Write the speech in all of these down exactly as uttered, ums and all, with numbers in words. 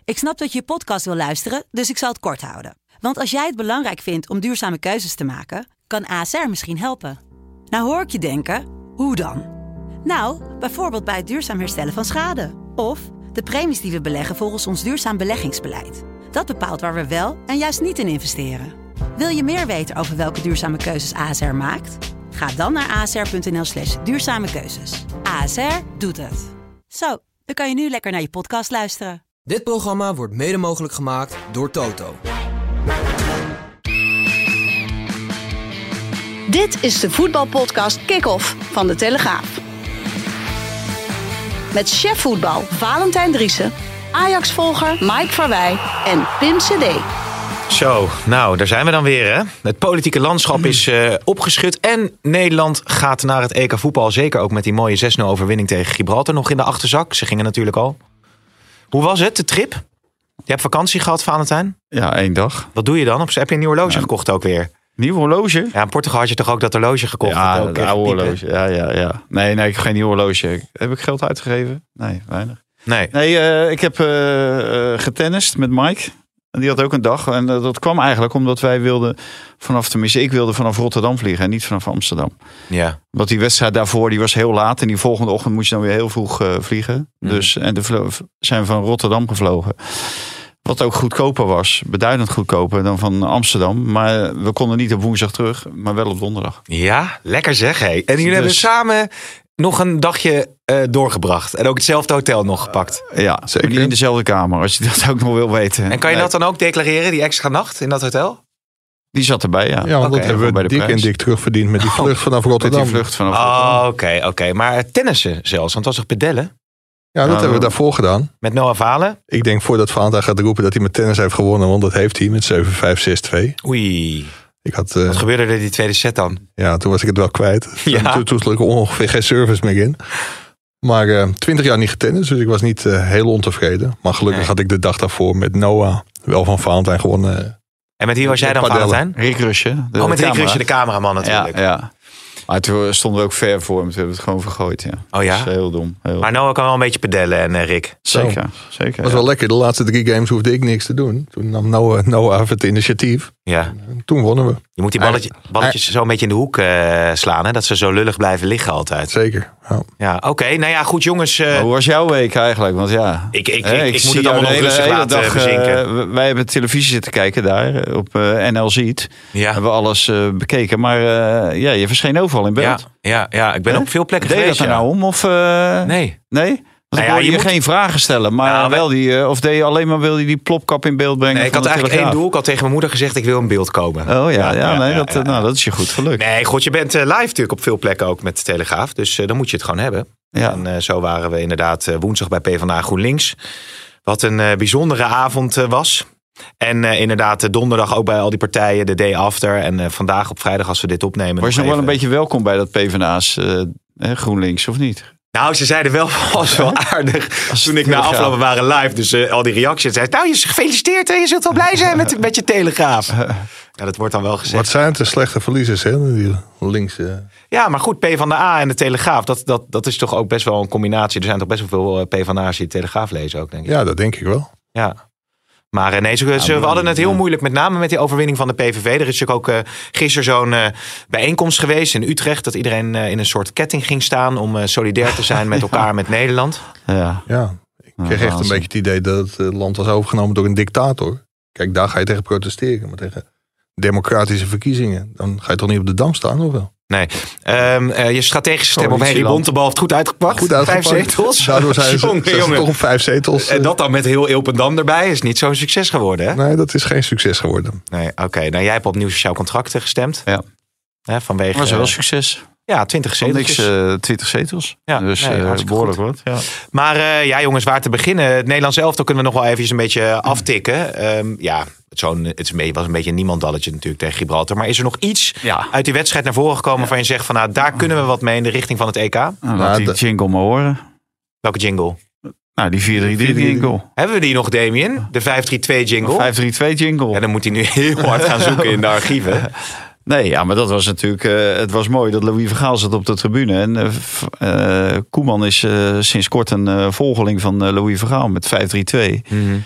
Ik snap dat je je podcast wil luisteren, dus ik zal het kort houden. Want als jij het belangrijk vindt om duurzame keuzes te maken, kan A S R misschien helpen. Nou hoor ik je denken, hoe dan? Nou, bijvoorbeeld bij het duurzaam herstellen van schade. Of de premies die we beleggen volgens ons duurzaam beleggingsbeleid. Dat bepaalt waar we wel en juist niet in investeren. Wil je meer weten over welke duurzame keuzes A S R maakt? Ga dan naar asr.nl slash duurzame keuzes. A S R doet het. Zo, dan kan je nu lekker naar je podcast luisteren. Dit programma wordt mede mogelijk gemaakt door Toto. Dit is de voetbalpodcast Kick-Off van De Telegraaf. Met chef voetbal Valentijn Driessen, Ajax-volger Mike Verwij en Pim C D. Zo, nou, daar zijn we dan weer, hè. Het politieke landschap is uh, opgeschud en Nederland gaat naar het E K voetbal. Zeker ook met die mooie zes nul overwinning tegen Gibraltar nog in de achterzak. Ze gingen natuurlijk al. Hoe was het, de trip? Je hebt vakantie gehad, Valentijn? Ja, één dag. Wat doe je dan? Of heb je een nieuw horloge ja, gekocht ook weer? Nieuw horloge? Ja, in Portugal had je toch ook dat horloge gekocht? Ja, ook dat oude horloge. Ja, ja, ja. Nee, nee, ik heb geen nieuw horloge. Heb ik geld uitgegeven? Nee, weinig. Nee. Nee, uh, ik heb uh, uh, getennist met Mike. En die had ook een dag. En uh, dat kwam eigenlijk omdat wij wilden vanaf, tenminste, ik wilde vanaf Rotterdam vliegen en niet vanaf Amsterdam. Ja. Want die wedstrijd daarvoor, die was heel laat. En die volgende ochtend moest je dan weer heel vroeg uh, vliegen. Mm. Dus, en de vlo- zijn we van Rotterdam gevlogen. Wat ook goedkoper was. Beduidend goedkoper dan van Amsterdam. Maar we konden niet op woensdag terug, maar wel op donderdag. Ja, lekker zeg. Hé. En jullie dus hebben samen nog een dagje uh, doorgebracht. En ook hetzelfde hotel nog gepakt. Uh, ja, zeker. Niet in dezelfde kamer, als je dat ook nog wil weten. En kan je nee. dat dan ook declareren, die extra nacht in dat hotel? Die zat erbij, ja. Ja, want okay, dat hebben we dik en dik terugverdiend met die vlucht vanaf Rotterdam. Met die vlucht vanaf Rotterdam. Oh, oké, okay, oké. Okay. Maar tennissen zelfs, want het was toch pedellen? Ja, dat nou, hebben we daarvoor gedaan. Met Noah Valen? Ik denk voordat Valentijn gaat roepen dat hij met tennis heeft gewonnen. Want dat heeft hij met zeven vijf zes twee. Oei. Ik had, uh, Wat gebeurde er die tweede set dan? Ja, toen was ik het wel kwijt. Ja. Toen, toen sloeg ik ongeveer geen service meer in. Maar uh, twintig jaar niet getennist, dus ik was niet uh, heel ontevreden. Maar gelukkig nee. had ik de dag daarvoor met Noah wel van Valentijn gewonnen. En met wie was jij dan, Valentijn? Rick Rusje. Oh, met Rick Rusje, de cameraman natuurlijk. Ja, ja. Maar toen stonden we ook ver voor hem. Toen hebben we het gewoon vergooid. Ja. Oh ja? Dat is heel dom. Heel maar Noah kan wel een beetje pedellen en uh, Rick. Zeker. zeker dat was ja. wel lekker. De laatste drie games hoefde ik niks te doen. Toen nam Noah, Noah het initiatief. Ja. En toen wonnen we. Je moet die balletje, balletjes zo een beetje in de hoek uh, slaan. Hè? Dat ze zo lullig blijven liggen altijd. Zeker. Ja, ja oké. Okay. Nou ja, goed jongens. Uh, hoe was jouw week eigenlijk? Want ja, ik, ik, hè, ik, ik, ik moet het allemaal nog rustig laten dag, bezinken. Uh, wij hebben televisie zitten kijken daar op uh, N L Ziet. Ja. Hebben we alles uh, bekeken. Maar uh, ja, je verscheen overal in beeld. Ja, ja, ja. ik ben He? op veel plekken Deed geweest. Deed dat er ja. nou om? Of, uh, nee. Nee? Want nou ja, je, je moet geen vragen stellen, maar nou, wel die, uh, of deed je alleen maar wilde je die plopkap in beeld brengen? Nee, ik had eigenlijk één doel. Ik had tegen mijn moeder gezegd, ik wil in beeld komen. Oh ja, ja, ja, nee, ja, dat, ja, nou, ja. dat is je goed gelukt. Nee, god, je bent uh, live natuurlijk op veel plekken ook met de Telegraaf. Dus uh, dan moet je het gewoon hebben. Ja. En uh, zo waren we inderdaad uh, woensdag bij PvdA GroenLinks. Wat een uh, bijzondere avond uh, was. En uh, inderdaad uh, donderdag ook bij al die partijen, de day after. En uh, vandaag op vrijdag als we dit opnemen. Was je nog wel een beetje welkom bij dat PvdA's uh, GroenLinks of niet? Nou, ze zeiden wel, was wel aardig. Als toen ik na afloop waren live, dus uh, al die reacties. Zei, nou, je is gefeliciteerd en je zult wel blij zijn met, met je Telegraaf. Ja, dat wordt dan wel gezegd. Wat zijn het de slechte verliezers, hè? Die links. Uh... Ja, maar goed, PvdA en de Telegraaf, dat, dat, dat is toch ook best wel een combinatie. Er zijn toch best wel veel PvdA's die de Telegraaf lezen ook, denk ik. Ja, dat denk ik wel. Ja. Maar nee, ze, ze, we hadden het heel moeilijk, met name met die overwinning van de P V V. Er is natuurlijk ook uh, gisteren zo'n uh, bijeenkomst geweest in Utrecht. Dat iedereen uh, in een soort ketting ging staan om uh, solidair te zijn met elkaar, ja. met Nederland. Ja, ja ik kreeg echt een beetje het idee dat het land was overgenomen door een dictator. Kijk, daar ga je tegen protesteren. Maar tegen democratische verkiezingen, dan ga je toch niet op de Dam staan, of wel? Nee, um, uh, je strategische stem op Henry Bontebal heeft goed uitgepakt. Goed uitgepakt. Vijf zetels. Daardoor zijn ze, jongen, zijn ze jongen. toch op vijf zetels. En dat dan met heel Ilpendam erbij is niet zo'n succes geworden, hè? Nee, dat is geen succes geworden. Nee, oké. Okay. Nou, jij hebt op nieuw sociaal contract gestemd. Ja. Hè, vanwege... Was wel succes. Ja, twintig zetels. Niks, uh, twintig zetels. Ja, dus nee, uh, behoorlijk wat. Ja. Maar uh, ja, jongens, waar te beginnen? Het Nederlands elftal kunnen we nog wel even een beetje aftikken. Um, ja, zo'n, het was een beetje een niemandalletje natuurlijk tegen Gibraltar. Maar is er nog iets ja. uit die wedstrijd naar voren gekomen... Ja. waarvan je zegt van nou, daar kunnen we wat mee in de richting van het E K? Nou, laat die jingle maar horen. Welke jingle? Nou, die vier drie drie jingle. Hebben we die nog, Damien? De vijf drie twee jingle? vijf drie twee jingle. Ja, dan moet hij nu heel hard gaan zoeken in de archieven. Nee, ja, maar dat was natuurlijk... Uh, het was mooi dat Louis van Gaal zat op de tribune. En uh, uh, Koeman is uh, sinds kort een uh, volgeling van uh, Louis van Gaal met vijf drie twee. Mm-hmm.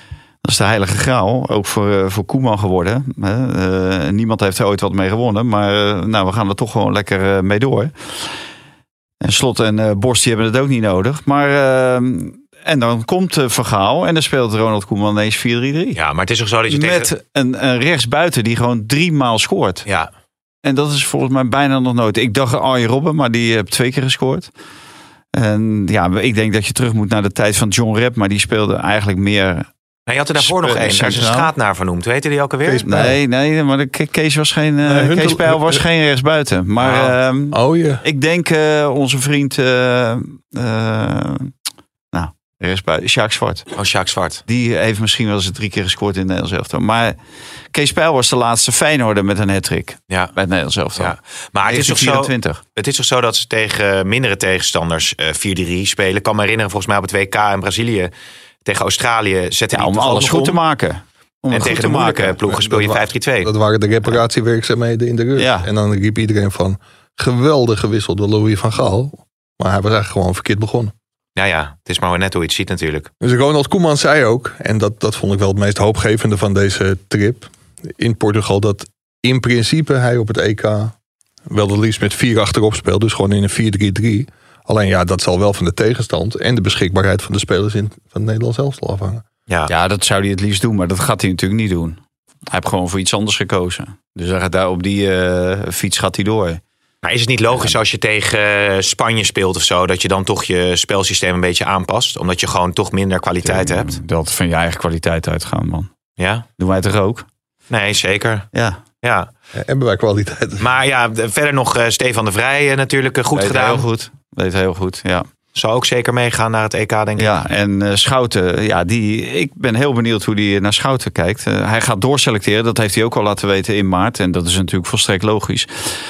is de heilige graal, ook voor, uh, voor Koeman geworden. Uh, niemand heeft er ooit wat mee gewonnen, maar uh, nou, we gaan er toch gewoon lekker uh, mee door. En Slot en uh, Borst die hebben het ook niet nodig. Maar uh, en dan komt uh, Van Gaal en dan speelt Ronald Koeman ineens vier drie drie. Ja, maar het is ook zo dat je met tegen... een, een rechtsbuiten die gewoon drie maal scoort. Ja. En dat is volgens mij bijna nog nooit. Ik dacht Arjen Robben, maar die heeft twee keer gescoord. En ja, ik denk dat je terug moet naar de tijd van John Rep, maar die speelde eigenlijk meer. Nou, je had er daarvoor nog één, daar is een schaat naar vernoemd. Weet je die ook alweer? Nee, nee, maar de Kees was geen, uh, nee, Kees Pijl was uh, geen rechtsbuiten. Maar uh, oh, yeah. ik denk uh, onze vriend, uh, uh, nou, rechtsbuiten, Sjaak Zwart. Oh, Sjaak Zwart. Die heeft misschien wel eens drie keer gescoord in het Nederlands elftal. Maar Kees Pijl was de laatste Feyenoorder met een hat-trick. Ja. Bij het Nederlands elftal. Ja. Maar het is, toch zo, het is toch zo dat ze tegen mindere tegenstanders uh, vier drie spelen. Ik kan me herinneren, volgens mij op het W K in Brazilië tegen Australië zetten ja, die om alles goed om. te maken. Om en tegen de moeilijke ploegen speel je vijf drie twee. Dat waren de reparatiewerkzaamheden in de rug. Ja. En dan riep iedereen van geweldig gewisseld door Louis van Gaal. Maar hij was eigenlijk gewoon verkeerd begonnen. Ja, ja, het is maar net hoe je het ziet natuurlijk. Dus Ronald Koeman zei ook, en dat, dat vond ik wel het meest hoopgevende van deze trip in Portugal, dat in principe hij op het E K wel het liefst met vier achterop speelt. Dus gewoon in een vier drie drie. Alleen ja, dat zal wel van de tegenstand en de beschikbaarheid van de spelers in, van het Nederlands elftal afhangen. Ja. ja, dat zou hij het liefst doen, maar dat gaat hij natuurlijk niet doen. Hij heeft gewoon voor iets anders gekozen. Dus hij gaat daar op die uh, fiets gaat hij door. Maar is het niet logisch als je tegen Spanje speelt of zo, dat je dan toch je spelsysteem een beetje aanpast? Omdat je gewoon toch minder kwaliteit ja, hebt? Dat van je eigen kwaliteit uitgaan, man. Ja? Doen wij toch ook? Nee, zeker. Ja. Ja. Ja, hebben wij kwaliteit. Maar ja, verder nog uh, Stefan de Vrij uh, natuurlijk uh, goed Weet gedaan. Heel goed. Weet heel goed, ja. Zou ook zeker meegaan naar het E K, denk ik. Ja, en uh, Schouten, ja, die, ik ben heel benieuwd hoe hij naar Schouten kijkt. Uh, hij gaat doorselecteren, dat heeft hij ook al laten weten in maart. En dat is natuurlijk volstrekt logisch.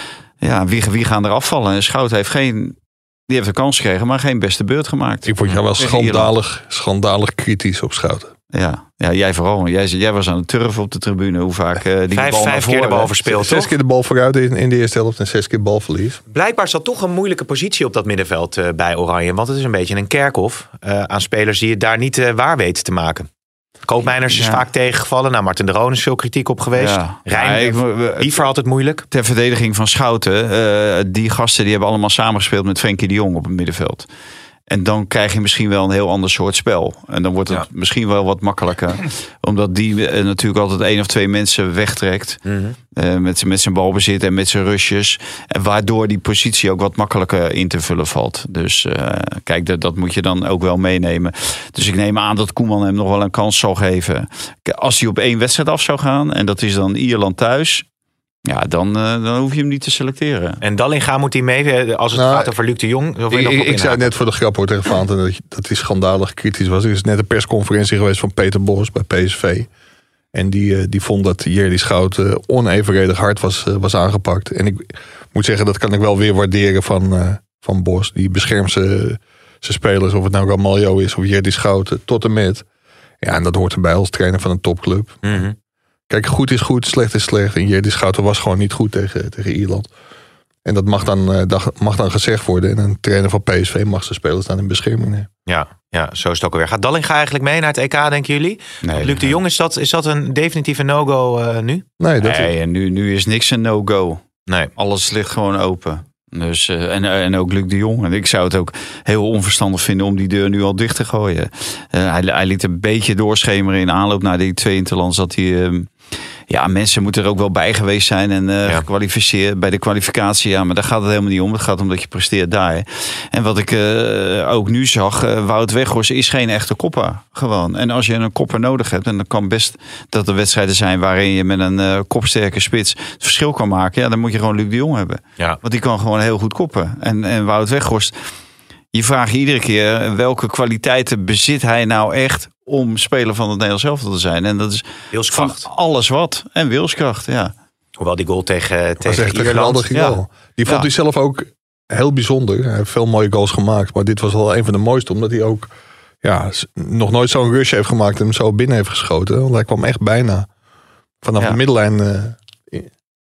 Ja, wie, wie gaan er afvallen? En Schouten heeft geen, die heeft een kans gekregen, maar geen beste beurt gemaakt. Ik vond jou wel schandalig, schandalig kritisch op Schouten. Ja, ja, jij vooral. Jij, jij was aan het turven op de tribune. Hoe vaak uh, die vijf, bal vijf keer de bal verspeeld, Zes toch? keer de bal vooruit in, in de eerste helft en zes keer balverlies. Blijkbaar zat toch een moeilijke positie op dat middenveld uh, bij Oranje. Want het is een beetje een kerkhof uh, aan spelers die het daar niet uh, waar weten te maken. Koopmeiners is ja. vaak tegengevallen. Nou, Martin de Roon is veel kritiek op geweest. Ja. Rijn, ja, Liever altijd moeilijk. Ter verdediging van Schouten. Uh, die gasten die hebben allemaal samengespeeld met Frenkie de Jong op het middenveld. En dan krijg je misschien wel een heel ander soort spel. En dan wordt het ja. misschien wel wat makkelijker. Omdat die uh, natuurlijk altijd één of twee mensen wegtrekt. Mm-hmm. Uh, met, met zijn balbezit en met zijn rushes. En waardoor die positie ook wat makkelijker in te vullen valt. Dus uh, kijk, dat, dat moet je dan ook wel meenemen. Dus ik neem aan dat Koeman hem nog wel een kans zal geven. Als hij op één wedstrijd af zou gaan. En dat is dan Ierland thuis. Ja, dan, uh, dan hoef je hem niet te selecteren. En Dallinga moet hij mee als het nou, gaat over Luc de Jong? Of ik ik, ik zei net voor de grap hoor tegen Vaanten dat, dat hij schandalig kritisch was. Er is net een persconferentie geweest van Peter Bos bij P S V. En die, uh, die vond dat Jerdy Schout uh, onevenredig hard was, uh, was aangepakt. En ik moet zeggen, dat kan ik wel weer waarderen van, uh, van Bos. Die beschermt zijn spelers, of het nou Ramaljo is of Jerdy Schout, uh, tot en met. Ja, en dat hoort erbij als trainer van een topclub. Mm-hmm. Kijk, goed is goed, slecht is slecht. En Jerdy Schouten was gewoon niet goed tegen, tegen Ierland. En dat mag dan, dat mag dan gezegd worden. En een trainer van P S V mag zijn spelers dan in bescherming nemen. Ja, ja, zo is het ook alweer. Gaat Dallinga eigenlijk mee naar het E K, denken jullie? Nee, Luc nee. de Jong, is dat, is dat een definitieve no-go uh, nu? Nee, dat nee is... nu, nu is niks een no-go. Nee. Alles ligt gewoon open. Dus, uh, en, en ook Luc de Jong. En ik zou het ook heel onverstandig vinden om die deur nu al dicht te gooien. Uh, hij, hij liet een beetje doorschemeren in aanloop naar die twee interlands dat hij... Uh, Ja, mensen moeten er ook wel bij geweest zijn en uh, ja. gekwalificeerd bij de kwalificatie. Ja, maar daar gaat het helemaal niet om. Het gaat om dat je presteert daar. En wat ik uh, ook nu zag, uh, Wout Weghorst is geen echte kopper. Gewoon. En als je een kopper nodig hebt, en dan kan best dat er wedstrijden zijn waarin je met een uh, kopsterke spits het verschil kan maken. Ja, dan moet je gewoon Luc de Jong hebben. Ja. Want die kan gewoon heel goed koppen. En, en Wout Weghorst, je vraagt je iedere keer welke kwaliteiten bezit hij nou echt om speler van het Nederlands elftal te zijn. En dat is wilskracht. Van alles wat. En wilskracht, ja. Hoewel die goal tegen, tegen echt Ierland. Een ja. Die vond ja. hij zelf ook heel bijzonder. Hij heeft veel mooie goals gemaakt. Maar dit was wel een van de mooiste. Omdat hij ook ja, nog nooit zo'n rush heeft gemaakt en hem zo binnen heeft geschoten. Want hij kwam echt bijna vanaf ja. de middenlijn uh,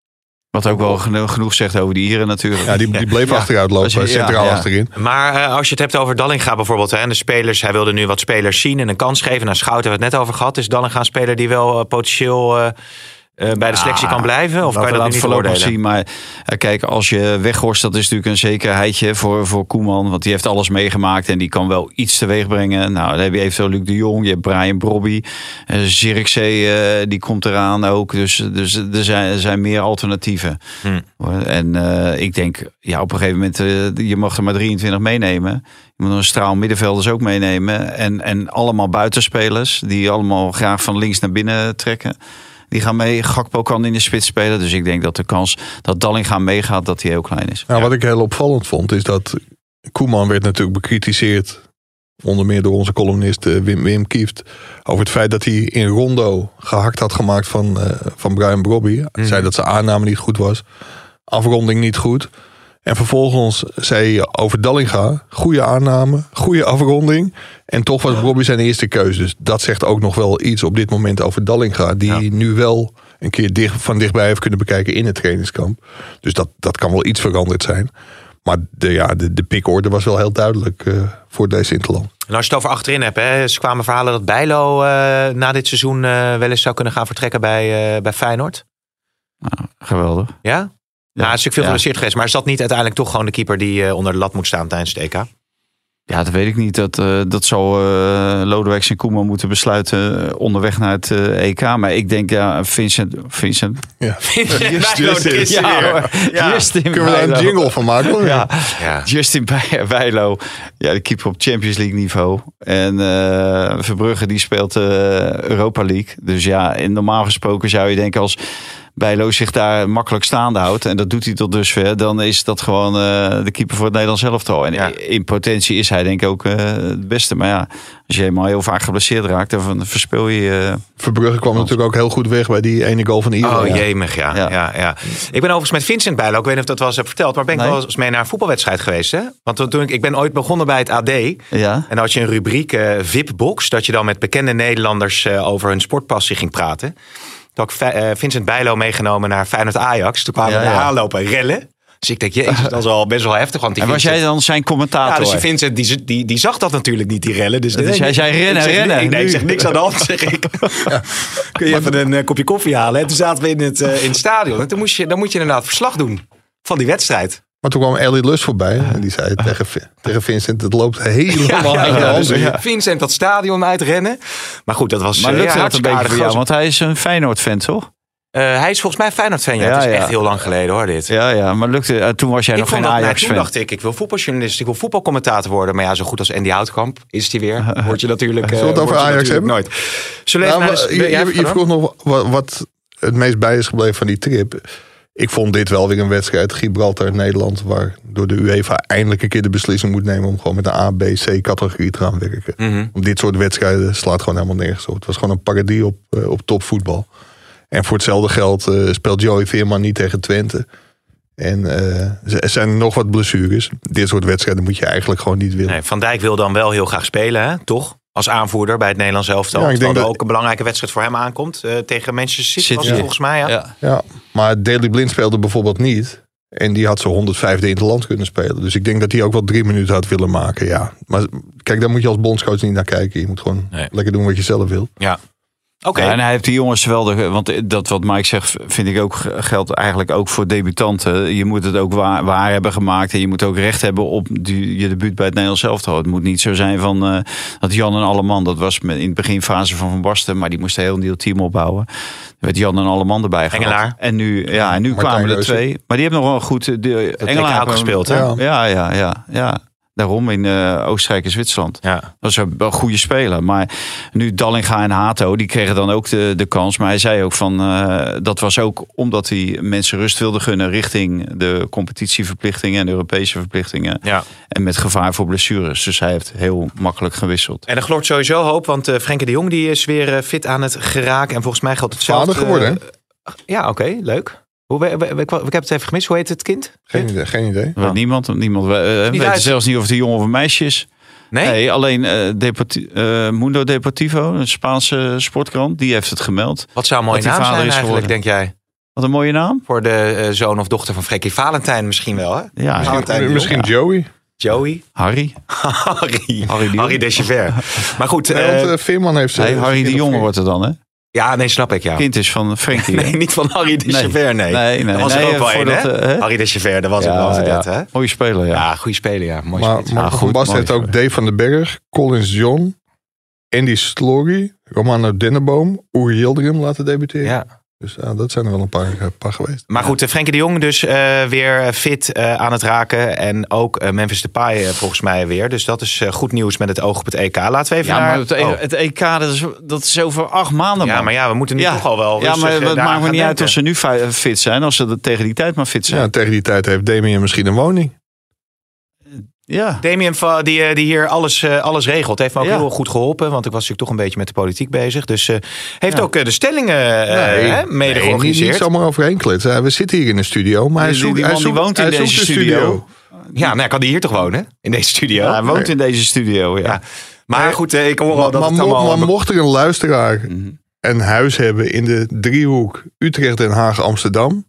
Wat ook wel genoeg, genoeg zegt over die Ieren natuurlijk. Ja, die, die bleef ja. achteruit lopen, je, centraal ja, ja. achterin. Maar uh, als je het hebt over Dallinga bijvoorbeeld. Hè, en de spelers, hij wilde nu wat spelers zien en een kans geven. Nou, Schouten hebben we het net over gehad. Is Dallinga een speler die wel uh, potentieel... Uh, Uh, bij de selectie ja, kan blijven? Of kan je dat niet voorlopig zien? Maar uh, kijk, als je Weghorst, dat is natuurlijk een zekerheidje voor, voor Koeman. Want die heeft alles meegemaakt en die kan wel iets teweeg brengen. Nou, dan heb je eventueel Luc de Jong, je hebt Brian Brobby. Uh, Zirkzee, uh, die komt eraan ook. Dus, dus er, zijn, er zijn meer alternatieven. Hmm. En uh, ik denk, ja, op een gegeven moment, uh, je mag er maar drieëntwintig meenemen. Je moet een straal middenvelders ook meenemen. En, en allemaal buitenspelers die allemaal graag van links naar binnen trekken. Die gaan mee. Gakpo kan in de spits spelen. Dus ik denk dat de kans dat Dallinga meegaat, dat die heel klein is. Nou, ja. Wat ik heel opvallend vond, is dat Koeman werd natuurlijk bekritiseerd. Onder meer door onze columnist Wim, Wim Kieft. Over het feit dat hij in Rondo gehakt had gemaakt van, uh, van Brian Brobby. Hij mm. zei dat zijn aanname niet goed was. Afronding niet goed. En vervolgens zei hij over Dallinga, goede aanname, goede afronding. En toch was Brobby zijn eerste keuze. Dus dat zegt ook nog wel iets op dit moment over Dallinga. Die ja. nu wel een keer dicht, van dichtbij heeft kunnen bekijken in het trainingskamp. Dus dat, dat kan wel iets veranderd zijn. Maar de, ja, de, de pikorde was wel heel duidelijk uh, voor deze Interland. En als je het over achterin hebt, hè, er kwamen verhalen dat Bijlo uh, na dit seizoen uh, wel eens zou kunnen gaan vertrekken bij, uh, bij Feyenoord. Nou, geweldig. Ja? Ja, nou, het is natuurlijk veel geblesseerd ja. geweest. Maar is dat niet uiteindelijk toch gewoon de keeper die uh, onder de lat moet staan tijdens het E K? Ja, dat weet ik niet. Dat, uh, dat zal uh, Lodewijk en Koeman moeten besluiten uh, onderweg naar het uh, E K. Maar ik denk, ja, Vincent... Vincent? Ja. Vincent Just, Justin. Ja, ja. Justin Kunnen we daar een jingle van maken? Ja. Ja. Justin Bijlo. Ja, de keeper op Champions League niveau. En uh, Verbrugge die speelt uh, Europa League. Dus ja, in normaal gesproken zou je denken als... Bijlo zich daar makkelijk staande houdt. En dat doet hij tot dusver. Dan is dat gewoon uh, de keeper voor het Nederlands elftal. En ja. in potentie is hij denk ik ook uh, het beste. Maar ja, als je helemaal heel vaak geblesseerd raakt, dan verspil je... Uh, Verbrugge kwam natuurlijk ook heel goed weg bij die ene goal van Iran. Oh ja. jemig, ja. Ja. Ja, ja. Ik ben overigens met Vincent Bijlo. Ik weet niet of dat wel eens heb verteld. Maar ben ik nee. wel eens mee naar een voetbalwedstrijd geweest. Hè? Want toen ik, ik ben ooit begonnen bij het A D. Ja. En dan had je een rubriek uh, V I P-box. Dat je dan met bekende Nederlanders uh, over hun sportpassie ging praten. Toen had ik Vincent Bijlo meegenomen naar Feyenoord Ajax. Toen kwamen we ja, ja. aanlopen rellen. Dus ik denk, jezus, dat is al best wel heftig. Want die en was Vincent, jij dan zijn commentator? Ja, dus die Vincent, die, die, die zag dat natuurlijk niet, die rellen. Dus, dus jij zei rennen, ik zeg, rennen. Nee, nee, ik zeg niks aan de hand, zeg ik. Ja. Kun je even een uh, kopje koffie halen? En toen zaten we in het, uh, in het stadion. En toen moest je, dan moet je inderdaad verslag doen van die wedstrijd. Maar toen kwam Elliot Lust voorbij. En die zei tegen, tegen Vincent, het loopt helemaal ja, ja, aan de hand. Ja, dus Vincent dat stadion uitrennen. Maar goed, dat was maar uh, lukt ja, dat een beetje voor jou? Want hij is een Feyenoord-fan, toch? Uh, hij is volgens mij Feyenoord-fan. Ja. Ja, het is echt ja. heel lang geleden hoor, dit. Ja, ja, maar lukte, uh, toen was jij ik nog geen Ajax-fan. Toen dacht ik, ik wil voetbaljournalist, ik wil voetbalcommentator worden. Maar ja, zo goed als Andy Houtkamp is hij weer. Word je natuurlijk, uh, Zullen we het over Ajax hebben? Nooit. Zullen we nou, even je, je, je, je vroeg nog wat, wat het meest bij is gebleven van die trip. Ik vond dit wel weer een wedstrijd, Gibraltar-Nederland, waar door de UEFA eindelijk een keer de beslissing moet nemen om gewoon met een A, B, C-categorie te gaan werken. Mm-hmm. Om dit soort wedstrijden slaat gewoon helemaal nergens op. Het was gewoon een parodie op, uh, op topvoetbal. En voor hetzelfde geld uh, speelt Joey Veerman niet tegen Twente. En uh, er zijn nog wat blessures. Dit soort wedstrijden moet je eigenlijk gewoon niet willen. Nee, Van Dijk wil dan wel heel graag spelen, hè? Toch? Als aanvoerder bij het Nederlands elftal. Ja, ik denk dat ook een belangrijke wedstrijd voor hem aankomt. Uh, tegen Manchester City City was het ja. volgens mij. Ja. Ja. ja, maar Daley Blind speelde bijvoorbeeld niet. En die had zo honderdvijfde in het land kunnen spelen. Dus ik denk dat hij ook wel drie minuten had willen maken. Ja. Maar kijk, daar moet je als bondscoach niet naar kijken. Je moet gewoon nee. lekker doen wat je zelf wil. Ja. Oké. Ja, en hij heeft die jongens wel, de, want dat wat Mike zegt, vind ik ook geldt eigenlijk ook voor debutanten. Je moet het ook waar, waar hebben gemaakt en je moet ook recht hebben op die, je debuut bij het Nederlands elftal. Het moet niet zo zijn van uh, dat Jan en Alleman, dat was in het beginfase van Van Basten, maar die moest een heel nieuw team opbouwen. Er werd Jan en Alleman erbij gehad. Engelaar. En nu, ja, en nu kwamen er twee, maar die hebben nog wel goed de Engelaar ook gespeeld, hè? Ja, ja, ja, ja. ja. Daarom in uh, Oostenrijk en Zwitserland. Ja. Dat is een, een goede speler. Maar nu Dallinga en Hato, die kregen dan ook de, de kans. Maar hij zei ook van, uh, dat was ook omdat hij mensen rust wilde gunnen richting de competitieverplichtingen en de Europese verplichtingen. Ja. En met gevaar voor blessures. Dus hij heeft heel makkelijk gewisseld. En er gloort sowieso hoop, want uh, Frenkie de Jong die is weer uh, fit aan het geraken. En volgens mij geldt hetzelfde. Vader geworden, uh, Ja, oké, okay, leuk. Hoe, ik, ik, ik heb het even gemist. Hoe heet het kind? Geen idee. Geen idee. Oh. Niemand, niemand uh, weet uit... zelfs niet of het een jongen of een meisje is. Nee? Nee, alleen uh, Deporti- uh, Mundo Deportivo, een Spaanse sportkrant, die heeft het gemeld. Wat zou een mooie naam zijn eigenlijk, geworden. Denk jij? Wat een mooie naam. Voor de uh, zoon of dochter van Freekie Valentijn misschien wel, hè? Ja, Misschien, misschien Joey. Joey. Harry. Harry. Harry, Harry Dechever. Maar goed. Nee, uh, want, uh, Veerman heeft... Nee, Harry de Jonge wordt het dan, hè? Ja, nee, snap ik, ja. Kind is van Frenkie. Nee, niet van Harry Dechever, nee. Nee, nee. Dat was nee, er ook wel een, dat, hè? Uh, Harry Dechever, dat was ja, ook wel ja. net, hè? Mooie speler, ja. Ja, goede speler, ja. Mooi maar spits. Marco ja, van Basten heeft mooi. ook Dave van den Berg, Collins John, Andy Slory, Romano Denneboom, Uri Yildirim laten debuteren. Ja. Dus ja, dat zijn er wel een paar, uh, paar geweest. Maar goed, uh, Frenkie de Jong dus uh, weer fit uh, aan het raken. En ook uh, Memphis Depay uh, volgens mij weer. Dus dat is uh, goed nieuws met het oog op het E K. Laten we even ja, naar... maar het, oh. het E K, dat is, dat is over acht maanden, man. Ja, maar ja, we moeten nu ja. toch al wel Ja, maar uh, het maakt me niet uit denken. of ze nu fit zijn. Als ze er tegen die tijd maar fit zijn. Ja, tegen die tijd heeft Damien misschien een woning. Ja. Damien die, die hier alles, alles regelt. Heeft me ook Ja. heel goed geholpen. Want ik was natuurlijk toch een beetje met de politiek bezig. Dus uh, heeft Ja. ook de stellingen uh, Nee, hè, mede nee, niet, georganiseerd. niet zomaar overheen kletsen. We zitten hier in de studio, maar hij Die- zoekt, die hij man die zoekt, woont in hij deze zoekt de studio. Ja, nou ja, kan die hier toch wonen? In deze studio? Ja, hij woont in deze studio, ja. Ja. Maar Nee, goed, uh, ik hoor al Maar, dat maar, het mo- allemaal... maar mocht er een luisteraar Mhm. een huis hebben in de driehoek Utrecht, Den Haag, Amsterdam.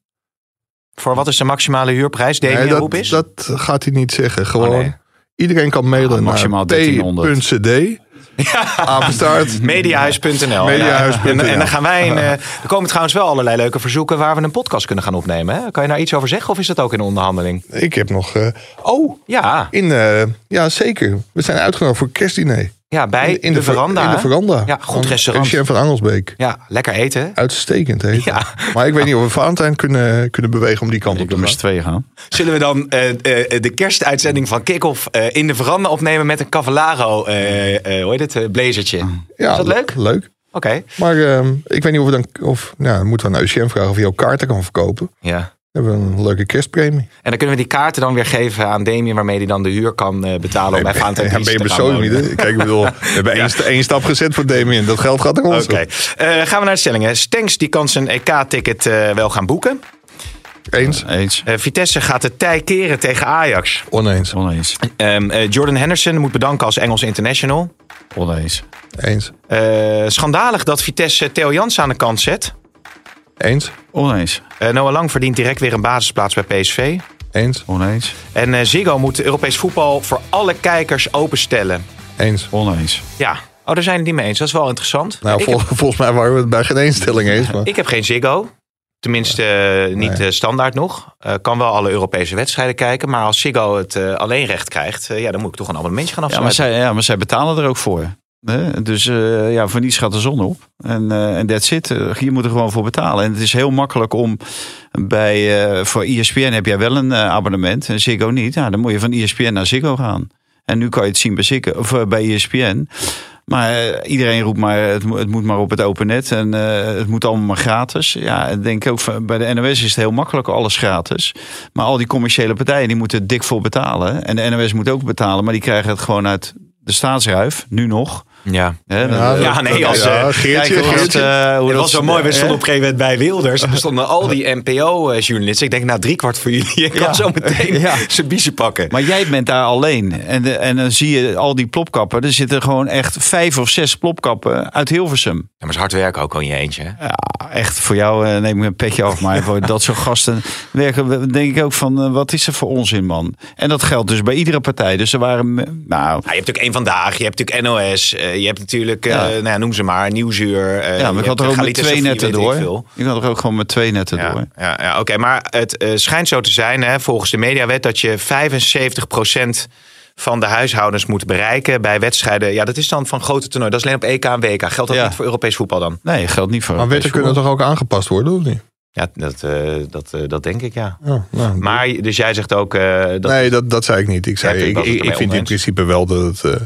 Voor wat is de maximale huurprijs? Damien, Nee, roep dat, is? dat gaat hij niet zeggen. Gewoon, Oh, nee. iedereen kan mailen Ah, maximaal naar dertienhonderd. t punt c d. Apenstaart. Mediahuis punt n l. Mediahuis punt n l. En, en dan gaan wij... Een, uh, er komen trouwens wel allerlei leuke verzoeken waar we een podcast kunnen gaan opnemen. Hè? Kan je daar iets over zeggen of is dat ook in onderhandeling? Ik heb nog... Uh, oh, Ja, in, uh, ja, zeker. We zijn uitgenodigd voor kerstdiner. ja bij in, in de, ver- veranda. In de hè? veranda. Ja, goed Van restaurant. Lucien van Angelsbeek. Ja, lekker eten. Uitstekend heet. Ja. Maar ik weet niet of we Valentijn kunnen, kunnen bewegen om die kant Ik op wil te met gaan. z'n tweeën gaan. Zullen we dan uh, uh, de kerstuitzending van Kick-Off uh, in de veranda opnemen met een Cavallaro, uh, uh, hoe heet het, uh, blazertje? Ja, Is dat leuk? le- Leuk. Oké. Okay. Maar uh, ik weet niet of we dan... Of, nou, moeten we aan Lucien vragen of hij ook kaarten kan verkopen. Ja. Dan hebben we een leuke kerstpremie. En dan kunnen we die kaarten dan weer geven aan Damien, waarmee hij dan de huur kan uh, betalen om bij Valentijn Ja, ben je persoonlijk niet, hè? Kijk, ik bedoel, we hebben één, sta- één stap gezet voor Damien. Dat geld gaat er ons Oké. Okay. Uh, gaan we naar de stellingen. Stenks die kan zijn E K-ticket uh, wel gaan boeken. Eens. Eens. Uh, Vitesse gaat het tij keren tegen Ajax. Oneens. Oneens. Um, uh, Jordan Henderson moet bedanken als Engels international. Oneens. Eens. Uh, schandalig dat Vitesse Theo Jansen aan de kant zet. Eens. Oneens. Uh, Noah Lang verdient direct weer een basisplaats bij P S V. Eens. Oneens. En uh, Ziggo moet Europees voetbal voor alle kijkers openstellen. Eens. Oneens. Ja, oh, daar zijn we het niet mee eens. Dat is wel interessant. Nou, ik, vol, heb, volgens mij waren we het bij geen één stelling eens. Maar... ik heb geen Ziggo. Tenminste, uh, niet Nee. uh, standaard nog. Uh, kan wel alle Europese wedstrijden kijken. Maar als Ziggo het uh, alleen recht krijgt, uh, ja, dan moet ik toch een abonnementje gaan Ja, maar afsluiten. zij, ja, maar zij betalen er ook voor. Hè? Dus uh, ja, voor niets gaat de zon op. En uh, that's it. Uh, je moet er gewoon voor betalen. En het is heel makkelijk om bij... Uh, voor E S P N heb jij wel een uh, abonnement. En Ziggo niet. Ja, dan moet je van E S P N naar Ziggo gaan. En nu kan je het zien bij, Ziggo, of, uh, bij E S P N. Maar uh, iedereen roept maar, het, het moet maar op het open net. En uh, het moet allemaal maar gratis. Ja, ik denk ook van, bij de N O S is het heel makkelijk, alles gratis. Maar al die commerciële partijen, die moeten dik voor betalen. En de N O S moet ook betalen, maar die krijgen het gewoon uit de staatsruif, nu nog. Ja. Hè, Ja, dat- Ja, nee, als, ja, uh, Geertje, kijk hoe dat, Geertje. uh, hoe Het dat- was zo mooi, we hè? stonden op een gegeven moment bij Wilders. Er stonden al die N P O-journalisten. Ik denk, nou, driekwart voor jullie. Je kan Ja. zo meteen Ja. zijn biezen pakken. Maar jij bent daar alleen. En, de, en dan zie je al die plopkappen. Er zitten gewoon echt vijf of zes plopkappen uit Hilversum. Ja, maar is hard werken ook al in je eentje. Hè? Ja, echt voor jou uh, neem ik een petje af. Maar voor dat soort gasten werken, denk ik ook van, uh, wat is er voor onzin, man? En dat geldt dus bij iedere partij. Dus er waren, nou... Nou, je hebt natuurlijk één Vandaag, je hebt natuurlijk N O S, uh, je hebt natuurlijk, uh, Ja. nou ja, noem ze maar, Nieuwsuur. Uh, ja, maar ik had er ook met Galita twee Sofie, netten weet ik door. veel. Ik had er ook gewoon met twee netten Ja, door. ja, ja oké. Okay, maar het uh, schijnt zo te zijn, hè, volgens de mediawet, dat je vijfenzeventig procent van de huishoudens moet bereiken bij wedstrijden. Ja, dat is dan van grote toernooien. Dat is alleen op E K en W K. Geldt dat Ja. niet voor Europees voetbal dan? Nee, geldt niet voor... Maar wetten kunnen toch ook aangepast worden, of niet? Ja, dat, uh, dat, uh, dat denk ik, ja. Ja, nou, Maar, dus jij zegt ook... Uh, dat nee, dat, dat zei ik niet. Ik, zei, Ja, ik ik, was het ik, ermee ik vind in oneens. principe wel dat het uh,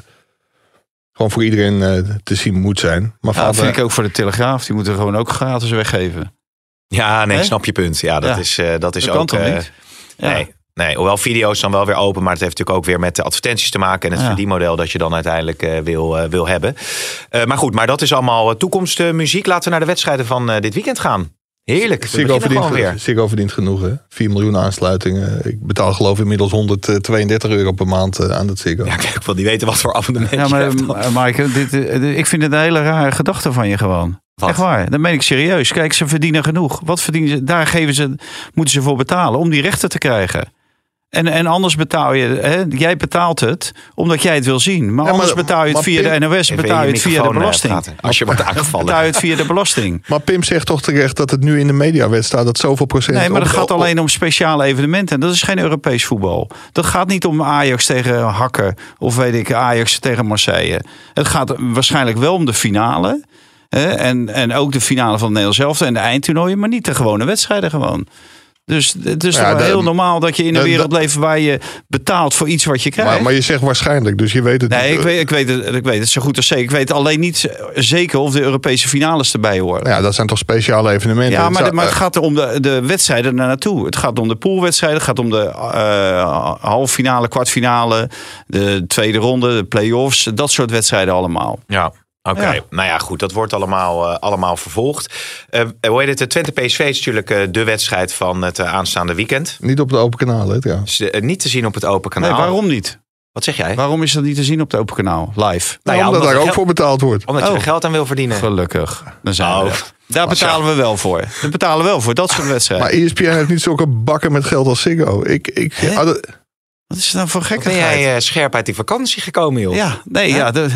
gewoon voor iedereen uh, te zien moet zijn. Maar Ja, van dat vind de- ik ook voor de Telegraaf. Die moeten gewoon ook gratis weggeven. Ja, nee, Hè? snap je punt. Ja, dat Ja. is, uh, dat is Dat kan ook... toch uh, niet? Ja. Nee, nee, hoewel video's dan wel weer open. Maar het heeft natuurlijk ook weer met de advertenties te maken. En het Ja. verdienmodel dat je dan uiteindelijk uh, wil, uh, wil hebben. Uh, maar goed, maar dat is allemaal uh, toekomstmuziek. Laten we naar de wedstrijden van uh, dit weekend gaan. Heerlijk. We Ziggo beginnen verdient, gewoon weer. Ziggo verdient genoeg, hè? vier miljoen aansluitingen. Ik betaal geloof ik inmiddels honderdtweeëndertig euro per maand uh, aan het Ziggo. Ja, kijk, ik wil niet weten wat voor abonnement Ja, je hebt. maar Maaike, dit, dit, ik vind het een hele rare gedachte van je gewoon. Wat? Echt waar, dat meen ik serieus. Kijk, ze verdienen genoeg. Wat verdienen ze? Daar geven ze, moeten ze voor betalen om die rechten te krijgen. En, en anders betaal je, hè, jij betaalt het omdat jij het wil zien. Maar, Ja, maar anders betaal je het maar via Pim, de N O S, betaal je het via de belasting. Als je wordt aangevallen. Betaal je het via de belasting. Maar Pim zegt toch terecht dat het nu in de mediawet staat dat zoveel procent... Nee, maar dat op- gaat op- alleen om speciale evenementen. En dat is geen Europees voetbal. Dat gaat niet om Ajax tegen Hakken of weet ik, Ajax tegen Marseille. Het gaat waarschijnlijk wel om de finale. Hè, en, en ook de finale van het Nederlands elftal en de eindtoernooien, maar niet de gewone wedstrijden gewoon. Dus het is Ja, toch wel dat- heel normaal dat je in een dat- wereld leeft waar je betaalt voor iets wat je krijgt. Maar, maar je zegt waarschijnlijk, dus je weet het Nee, niet. ik weet, ik, weet het, ik weet het zo goed als zeker. Ik weet alleen niet zeker of de Europese finales erbij horen. Ja, dat zijn toch speciale evenementen. Ja, Het maar, zou- maar het gaat om de, de wedstrijden daar naartoe. Het gaat om de poolwedstrijden. Het gaat om de uh, halffinale, kwartfinale, de tweede ronde, de play-offs. Dat soort wedstrijden allemaal. Ja. Oké, okay. Ja. Nou ja, goed. Dat wordt allemaal, uh, allemaal vervolgd. Uh, hoe heet het? De Twente P S V is natuurlijk uh, de wedstrijd van het uh, aanstaande weekend. Niet op de open kanaal, hè, trouwens. Dus, uh, niet te zien op het open kanaal. Nee, waarom niet? Wat zeg jij? Waarom is dat niet te zien op het open kanaal? Live? Nou, Nou ja, omdat daar ook geld, voor betaald wordt. Omdat je Oh. er geld aan wil verdienen. Gelukkig. Dan zijn Oh. we er. Daar betalen we wel voor. We betalen wel voor dat soort wedstrijden. Maar E S P N heeft niet zulke bakken met geld als Ziggo. Ik, ik, Hè? ah, dat- Wat is er nou voor Ben gekkigheid? jij uh, scherp uit die vakantie gekomen, joh? Ja, nee, Hè? ja. Dat,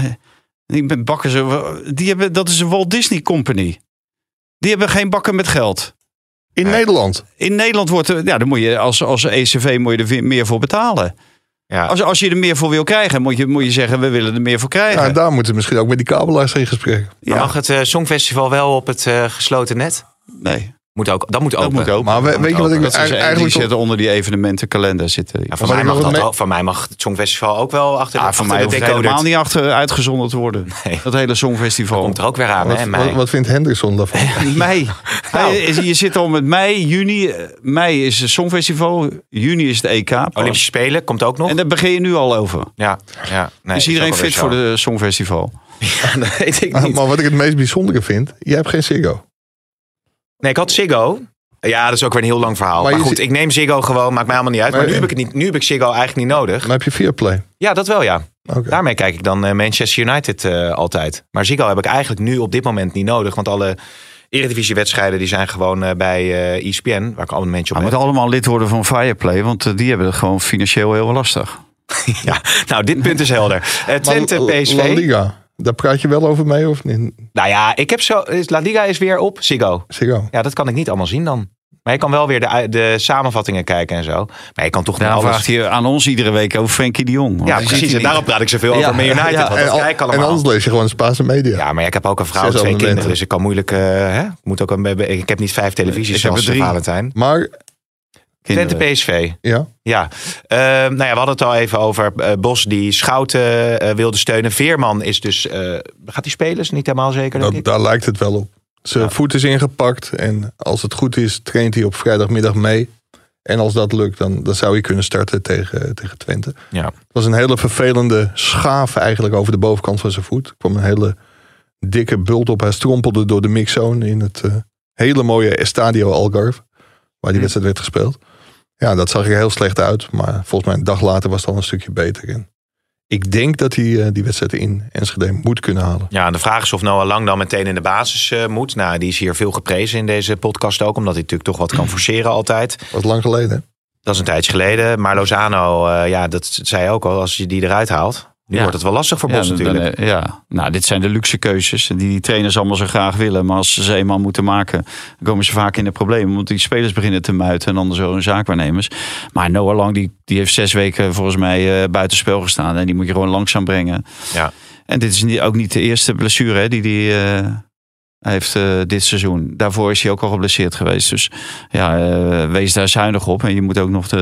ik ben bakken zo. Die hebben, dat is een Walt Disney Company. Die hebben geen bakken met geld. in Nee. Nederland. In Nederland wordt er, ja, dan moet je als, als E C V moet je er weer meer voor betalen. Ja. Als, als je er meer voor wil krijgen, moet je, moet je zeggen, we willen er meer voor krijgen. Ja, en daar moeten we misschien ook met die kabelaars in gesprek. Maar Ja. mag het uh, Songfestival wel op het uh, gesloten net? Nee, Moet ook, dat moet dat open. moet ook. Maar we- weet je wat ik Dat is eigenlijk... eigenlijk toch- zitten onder die evenementenkalender zitten. Ja, van, Maar mij ik mag nog dat mee- ook, van mij mag het Songfestival ook wel achter de, Ja, voor achter mij de hoeft het decoder. helemaal niet achter uitgezonden te worden. Nee. Dat hele Songfestival. Komt er ook weer aan, Wat, hè? wat, Mei. wat vindt Henderson daarvan? Mei. Nou. Hey, je zit al met mei, juni. Mei is het Songfestival. Juni is het E K. pas. Olympische Spelen komt ook nog. En daar begin je nu al over. Ja, ja. Nee, is iedereen ook alweer fit zo. voor de Songfestival? Ja, dat weet ik Ah, niet. maar wat ik het meest bijzondere vind, jij hebt geen Ziggo. Nee, ik had Ziggo. Ja, dat is ook weer een heel lang verhaal. Maar Maar, je goed, zit- ik neem Ziggo gewoon, maakt mij allemaal niet uit. Maar, Maar- nu, heb ik het niet, nu heb ik Ziggo eigenlijk niet nodig. Maar heb je Viaplay? Ja, dat wel ja. Oké. Daarmee kijk ik dan uh, Manchester United uh, altijd. Maar Ziggo heb ik eigenlijk nu op dit moment niet nodig. Want alle Eredivisiewedstrijden die zijn gewoon uh, bij uh, E S P N. Waar ik al een momentje Je op moet heb. allemaal lid worden van Fireplay. Want uh, die hebben het gewoon financieel heel lastig. Ja, nou, dit punt is helder. Uh, Twente, Maar P S V. La Liga, daar praat je wel over mee of niet? Nou ja, ik heb zo. La Liga is weer op Ziggo. Ziggo. Ja, dat kan ik niet allemaal zien dan. Maar je kan wel weer de, de samenvattingen kijken en zo. Maar je kan toch niet Daarom alles... vraagt hij aan ons iedere week over Frenkie de Jong. Want Ja, die ziet precies. hij En daarom niet. praat ik zoveel Ja, over Man United. ja. Want En, dat al- kijk ik en allemaal. anders lees je gewoon de Spaanse media. Ja, maar ik heb ook een vrouw, Zes twee abonnementen. kinderen. Dus ik kan moeilijk... Uh, hè? Ik, moet ook een, ik heb niet vijf televisies Ik heb er zoals drie. Valentijn. Maar, Kinderen. Twente P S V. ja, Ja, uh, nou ja, we hadden het al even over uh, Bos die Schouten uh, wilde steunen. Veerman is dus... Uh, gaat hij spelen? Is niet helemaal zeker, denk dat, ik. daar lijkt het wel op. Zijn Ja. voet is ingepakt en als het goed is, traint hij op vrijdagmiddag mee. En als dat lukt, dan, dan zou hij kunnen starten tegen, tegen Twente. Ja. Het was een hele vervelende schaaf eigenlijk over de bovenkant van zijn voet. Er kwam een hele dikke bult op. Hij strompelde door de mixzone in het uh, hele mooie Estadio Algarve. Waar die wedstrijd werd gespeeld. Ja, dat zag er heel slecht uit. Maar volgens mij een dag later was het al een stukje beter. En ik denk dat hij uh, die wedstrijd in Enschede moet kunnen halen. Ja, en de vraag is of Noah Lang dan meteen in de basis uh, moet. Nou, die is hier veel geprezen in deze podcast ook. Omdat hij natuurlijk toch wat kan forceren altijd. Wat lang geleden, hè? Dat is een tijdje geleden. Maar Lozano, uh, ja, dat zei hij ook al. Als je die eruit haalt. Nu Ja. wordt het wel lastig voor Ja, Bos dan- natuurlijk. dan, uh, ja, nou, dit zijn de luxe keuzes die die trainers allemaal zo graag willen. Maar als ze ze eenmaal moeten maken, dan komen ze vaak in de problemen. Want die spelers beginnen te muiten en dan zo hun zaakwaarnemers. Maar Noah Lang, die, die heeft zes weken volgens mij uh, buitenspel gestaan. En die moet je gewoon langzaam brengen. Ja. En dit is niet, ook niet de eerste blessure hè, die hij uh, heeft uh, dit seizoen. Daarvoor is hij ook al geblesseerd geweest. Dus ja, uh, wees daar zuinig op. En je moet ook nog de,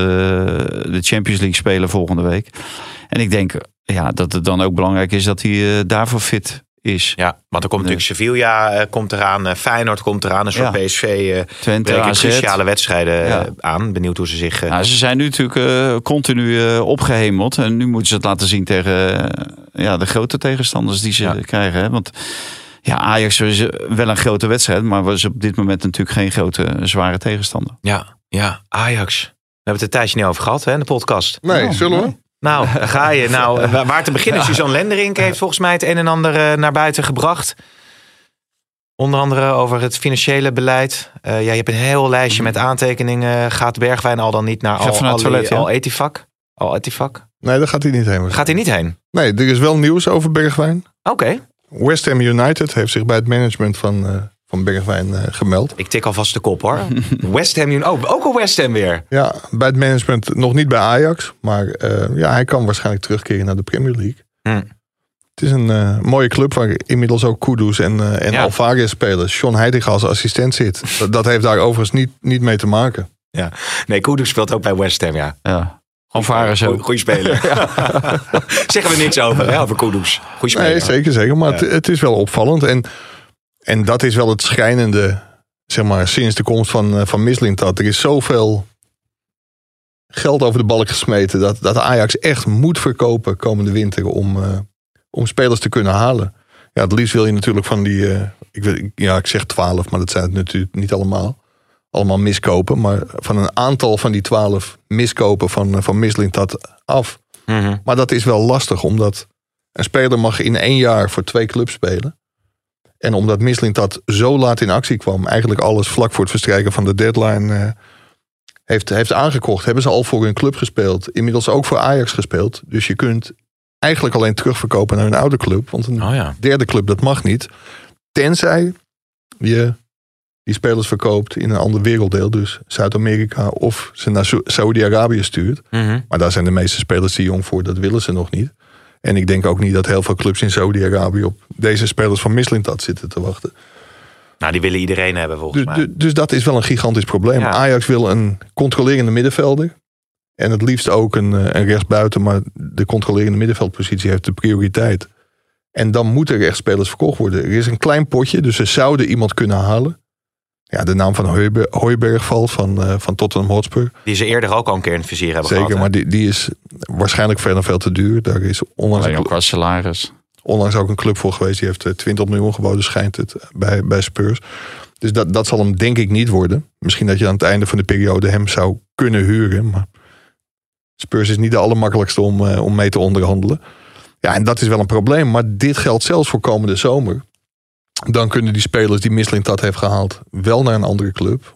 de Champions League spelen volgende week. En ik denk ja, dat het dan ook belangrijk is dat hij uh, daarvoor fit is. Ja, want er komt Nee. natuurlijk Sevilla uh, komt eraan. Uh, Feyenoord komt eraan. Een soort Ja. P S V uh, Twente, breken A Z. cruciale wedstrijden uh, Ja. aan. Benieuwd hoe ze zich... Uh, Nou, ze zijn nu natuurlijk uh, continu uh, opgehemeld. En nu moeten ze het laten zien tegen uh, ja, de grote tegenstanders die ze Ja. krijgen. Hè? Want ja, Ajax is wel een grote wedstrijd. Maar was op dit moment natuurlijk geen grote, zware tegenstander. ja, ja, Ajax. We hebben het een tijdje niet over gehad hè, in de podcast. Nee, Oh, zullen we? nee. Nou, daar ga je. Nou, uh, waar te beginnen, Suzanne Lenderink heeft volgens mij het een en ander uh, naar buiten gebracht. Onder andere over het financiële beleid. Uh, ja, je hebt een heel lijstje met aantekeningen. Gaat Bergwijn al dan niet naar Al, Al, toilet, Al, ja? Etifak? Al Etifak? Nee, daar gaat hij niet heen. Gaat hij niet heen? Nee, er is wel nieuws over Bergwijn. Oké. Okay. West Ham United heeft zich bij het management van, uh, van Bergwijn uh, gemeld. Ik tik alvast de kop hoor. West Ham United. Oh, ook al West Ham weer. Ja, bij het management nog niet bij Ajax. Maar uh, ja, hij kan waarschijnlijk terugkeren naar de Premier League. Hmm. Het is een uh, mooie club waar inmiddels ook Kudus en, uh, en ja. Alvarez spelen. Sean Heidegger als assistent zit. Dat, dat heeft daar overigens niet, niet mee te maken. Ja. Nee, Kudus speelt ook bij West Ham, ja. Ja. Alvarez ook. Goeie speler. Ja. Zeggen we niks over, hè, over Kudus. Goeie speler. Nee, zeker, zeker. Maar ja. het, het is wel opvallend. En, en dat is wel het schrijnende, zeg maar, sinds de komst van, van Mislintat. Er is zoveel geld over de balk gesmeten dat, dat Ajax echt moet verkopen komende winter om... Uh, om spelers te kunnen halen. Ja, het liefst wil je natuurlijk van die... Uh, ik, weet, ja, ik zeg twaalf, maar dat zijn het natuurlijk niet allemaal. Allemaal miskopen. Maar van een aantal van die twaalf miskopen van, van Mislintat af. Mm-hmm. Maar dat is wel lastig, omdat een speler mag in één jaar voor twee clubs spelen. En omdat Mislintat zo laat in actie kwam, eigenlijk alles vlak voor het verstrijken van de deadline uh, heeft, heeft aangekocht. Hebben ze al voor hun club gespeeld. Inmiddels ook voor Ajax gespeeld. Dus je kunt eigenlijk alleen terugverkopen naar een oude club. Want een oh ja. derde club, dat mag niet. Tenzij je die spelers verkoopt in een ander werelddeel. Dus Zuid-Amerika of ze naar Saoedi-Arabië stuurt. Mm-hmm. Maar daar zijn de meeste spelers te jong voor. Dat willen ze nog niet. En ik denk ook niet dat heel veel clubs in Saoedi-Arabië op deze spelers van Mislintat zitten te wachten. Nou, die willen iedereen hebben volgens dus, mij. Dus dat is wel een gigantisch probleem. Ja. Ajax wil een controlerende middenvelder. En het liefst ook een, een rechtsbuiten, maar de controlerende middenveldpositie heeft de prioriteit. En dan moeten rechtsspelers verkocht worden. Er is een klein potje, dus ze zouden iemand kunnen halen. Ja, de naam van Hooiberg, Hooiberg valt van, uh, van Tottenham Hotspur. Die ze eerder ook al een keer in het vizier hebben Zeker, gehad. Zeker, maar die, die is waarschijnlijk veel en veel te duur. Daar is onlangs Alleen ook qua salaris. Onlangs ook een club voor geweest. Die heeft twintig miljoen geboden, schijnt het, bij, bij Spurs. Dus dat, dat zal hem denk ik niet worden. Misschien dat je aan het einde van de periode hem zou kunnen huren, maar Spurs is niet de allermakkelijkste om, uh, om mee te onderhandelen. Ja, en dat is wel een probleem. Maar dit geldt zelfs voor komende zomer. Dan kunnen die spelers die Mislintat heeft gehaald wel naar een andere club.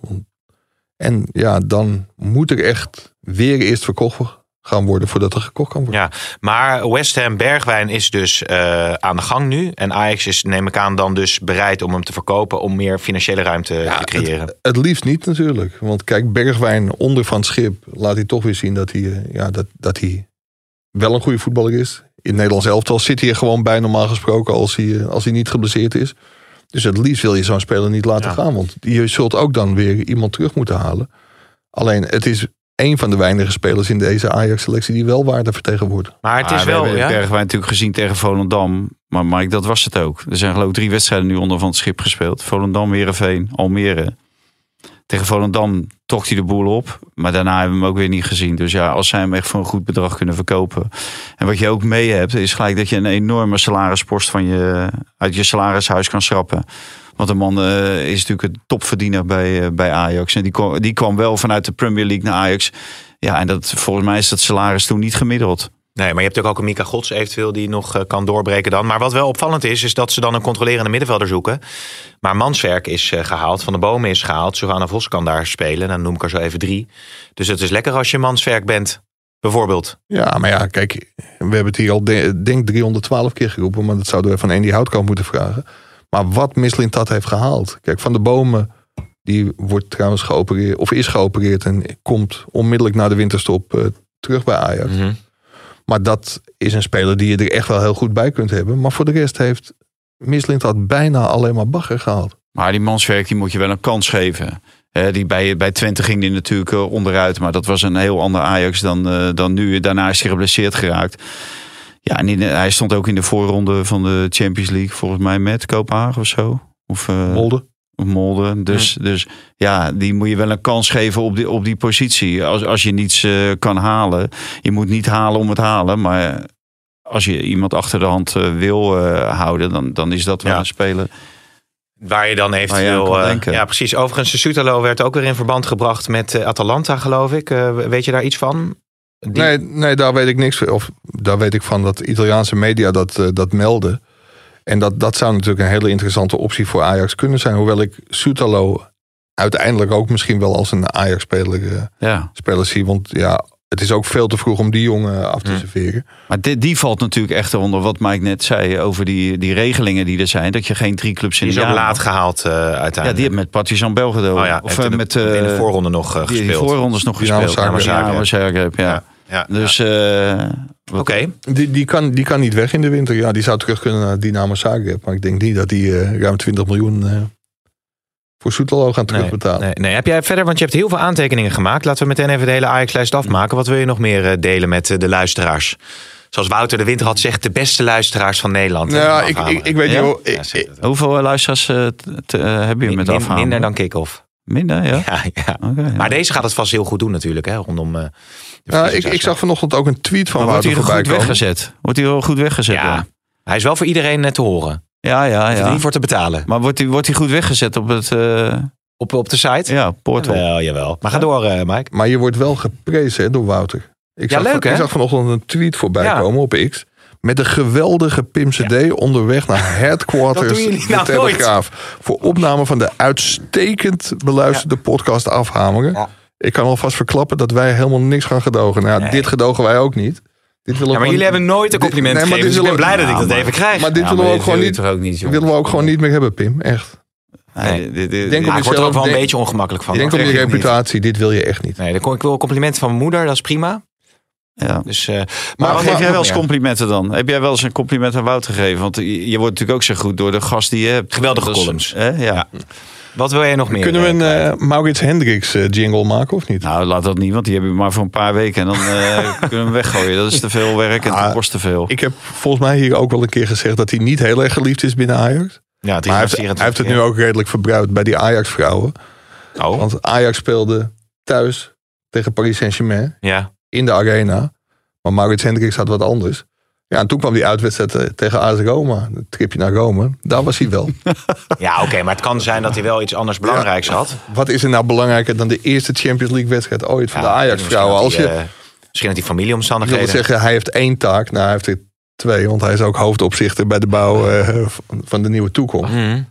En ja, dan moet er echt weer eerst verkocht gaan worden voordat er gekocht kan worden. Ja, maar West Ham Bergwijn is dus uh, aan de gang nu. En Ajax is, neem ik aan, dan dus bereid om hem te verkopen om meer financiële ruimte ja, te creëren. Het, het liefst niet natuurlijk. Want kijk, Bergwijn onder Van Schip laat hij toch weer zien dat hij, ja, dat, dat hij wel een goede voetballer is. In het Nederlands elftal zit hij er gewoon bij normaal gesproken als hij, als hij niet geblesseerd is. Dus het liefst wil je zo'n speler niet laten ja. gaan. Want je zult ook dan weer iemand terug moeten halen. Alleen het is een van de weinige spelers in deze Ajax-selectie die wel waarde vertegenwoordigt. Maar het is ah, wel... We hebben ja? Bergwijn natuurlijk gezien tegen Volendam. Maar Mike, dat was het ook. Er zijn geloof ik drie wedstrijden nu onder Van het Schip gespeeld. Volendam, Heerenveen, Almere. Tegen Volendam trok hij de boel op. Maar daarna hebben we hem ook weer niet gezien. Dus ja, als zij hem echt voor een goed bedrag kunnen verkopen. En wat je ook mee hebt, is gelijk dat je een enorme salarispost van je, uit je salarishuis kan schrappen. Want de man uh, is natuurlijk een topverdiener bij, uh, bij Ajax. En die kwam, die kwam wel vanuit de Premier League naar Ajax. Ja, en dat, volgens mij is dat salaris toen niet gemiddeld. Nee, maar je hebt ook, ook een Mika Gods eventueel die nog uh, kan doorbreken dan. Maar wat wel opvallend is, is dat ze dan een controlerende middenvelder zoeken. Maar Manswerk is uh, gehaald, Van de Bomen is gehaald. Sylvana Vos kan daar spelen, dan noem ik er zo even drie. Dus het is lekker als je Manswerk bent, bijvoorbeeld. Ja, maar ja, kijk, we hebben het hier al de, denk driehonderdtwaalf keer geroepen. Maar dat zouden we van Andy Houtkamp moeten vragen. Maar wat Mislintat heeft gehaald. Kijk, Van de Bomen, die wordt trouwens geopereerd, of is geopereerd en komt onmiddellijk na de winterstop uh, terug bij Ajax. Mm-hmm. Maar dat is een speler die je er echt wel heel goed bij kunt hebben. Maar voor de rest heeft Mislintat bijna alleen maar bagger gehaald. Maar die Manswerk, die moet je wel een kans geven. He, die bij, bij Twente ging die natuurlijk onderuit. Maar dat was een heel ander Ajax dan, uh, dan nu. Daarna is hij geblesseerd geraakt. Ja, en in, hij stond ook in de voorronde van de Champions League. Volgens mij met Kopenhagen of zo. Of, uh, Molde. Of Molde. Dus, ja. dus ja, die moet je wel een kans geven op die, op die positie. Als, als je niets uh, kan halen. Je moet niet halen om het halen. Maar als je iemand achter de hand uh, wil uh, houden. Dan, dan is dat wel ja. een speler. Waar je dan eventueel... Uh, ja, precies. Overigens, de Soetelo werd ook weer in verband gebracht met uh, Atalanta, geloof ik. Uh, weet je daar iets van? Die... Nee, nee, daar weet ik niks van. Of daar weet ik van dat Italiaanse media dat, uh, dat melden. En dat, dat zou natuurlijk een hele interessante optie voor Ajax kunnen zijn. Hoewel ik Soetalo uiteindelijk ook misschien wel als een Ajax-speler uh, ja. speler zie. Want ja, het is ook veel te vroeg om die jongen af te serveren. Maar die, die valt natuurlijk echt onder wat Mike net zei over die, die regelingen die er zijn. Dat je geen drie clubs in die de is ook jaar laat gehaald uh, uiteindelijk. Ja, die heeft met Partizan Belgrado. Oh ja, of in de, met, uh, in de voorronde nog uh, gespeeld. Die, die voorrondes nog Dynamo gespeeld. Zagreb. Zagreb, ja. ja. ja. Dus... Uh, Oké. Okay. Die, die, kan, die kan niet weg in de winter. Ja, die zou terug kunnen naar Dynamo Zagreb. Maar ik denk niet dat die uh, ruim twintig miljoen... Uh, voor Soetalo gaan terugbetalen. Nee, nee, nee. Heb jij verder, want je hebt heel veel aantekeningen gemaakt. Laten we meteen even de hele Ajax-lijst afmaken. Wat wil je nog meer delen met de luisteraars? Zoals Wouter de Winter had zegt, de beste luisteraars van Nederland. Ja, ik, ik, ik weet ja? niet... Ja, ik, hoeveel luisteraars uh, te, uh, heb je min, met min, afhalen? Minder dan kick-off. Minder, ja? Ja, ja. Okay, ja. Maar deze gaat het vast heel goed doen natuurlijk, hè, rondom... Uh, ja, ik, ik zag vanochtend ook een tweet van maar Wouter voorbij Wordt hij goed weggezet? Wordt hij wel goed weggezet? Ja, dan? hij is wel voor iedereen te horen. Ja, ja, ja. Er niet voor te betalen. Maar wordt hij, wordt hij goed weggezet op het... Uh... Op, op de site? Ja, portal. Jawel, jawel. Maar ga door, uh, Mike. Maar je wordt wel geprezen hè, door Wouter. Ik ja, zag, leuk van, hè? Ik zag vanochtend een tweet voorbij ja. komen op X. Met een geweldige Pim C D ja. onderweg naar headquarters de nou Telegraaf. Nooit. Voor opname van de uitstekend beluisterde ja. podcast Afhameren. Ja. Ik kan alvast verklappen dat wij helemaal niks gaan gedogen. Nou, nee. Dit gedogen wij ook niet. Dit ja, maar jullie niet, hebben nooit een compliment dit, gegeven. Nee, dus ik ben blij dat ik dat maar, even krijg. Maar dit ja, willen we ook gewoon niet, ook niet willen we ook gewoon niet meer hebben, Pim. Echt. Nee, dit, dit, denk ja, ik word er ook wel een beetje ongemakkelijk van. Ik denk om je reputatie, niet. Dit wil je echt niet. Nee, ik wil complimenten van mijn moeder, dat is prima. Ja. Dus, uh, maar, maar geef jij wel eens complimenten dan? Heb jij wel eens een compliment aan Wout gegeven? Want je, je wordt natuurlijk ook zo goed door de gast die je hebt. Geweldige dus, columns. Eh, ja. ja. Wat wil jij nog meer? Kunnen we een uh, Maurits Hendricks uh, jingle maken of niet? Nou, laat dat niet, want die heb je maar voor een paar weken. En dan uh, kunnen we hem weggooien. Dat is te veel werk en het ah, kost te veel. Ik heb volgens mij hier ook wel een keer gezegd dat hij niet heel erg geliefd is binnen Ajax. Ja, maar hij heeft, hij heeft het nu ook redelijk verbruikt bij die Ajax-vrouwen. Oh. Want Ajax speelde thuis tegen Paris Saint-Germain ja. in de arena. Maar Maurits Hendricks had wat anders. Ja, en toen kwam die uitwedstrijd tegen A S Roma. Een tripje naar Rome. Daar was hij wel. Ja, oké. Okay, maar het kan zijn dat hij wel iets anders belangrijks ja, had. Wat is er nou belangrijker dan de eerste Champions League wedstrijd ooit van ja, de Ajax-vrouwen? Als je, uh, misschien dat die familieomstandigheden... Ik wil zeggen, hij heeft één taak. Nou, hij heeft er twee. Want hij is ook hoofdopzichter bij de bouw uh, van de nieuwe toekomst. Mm-hmm.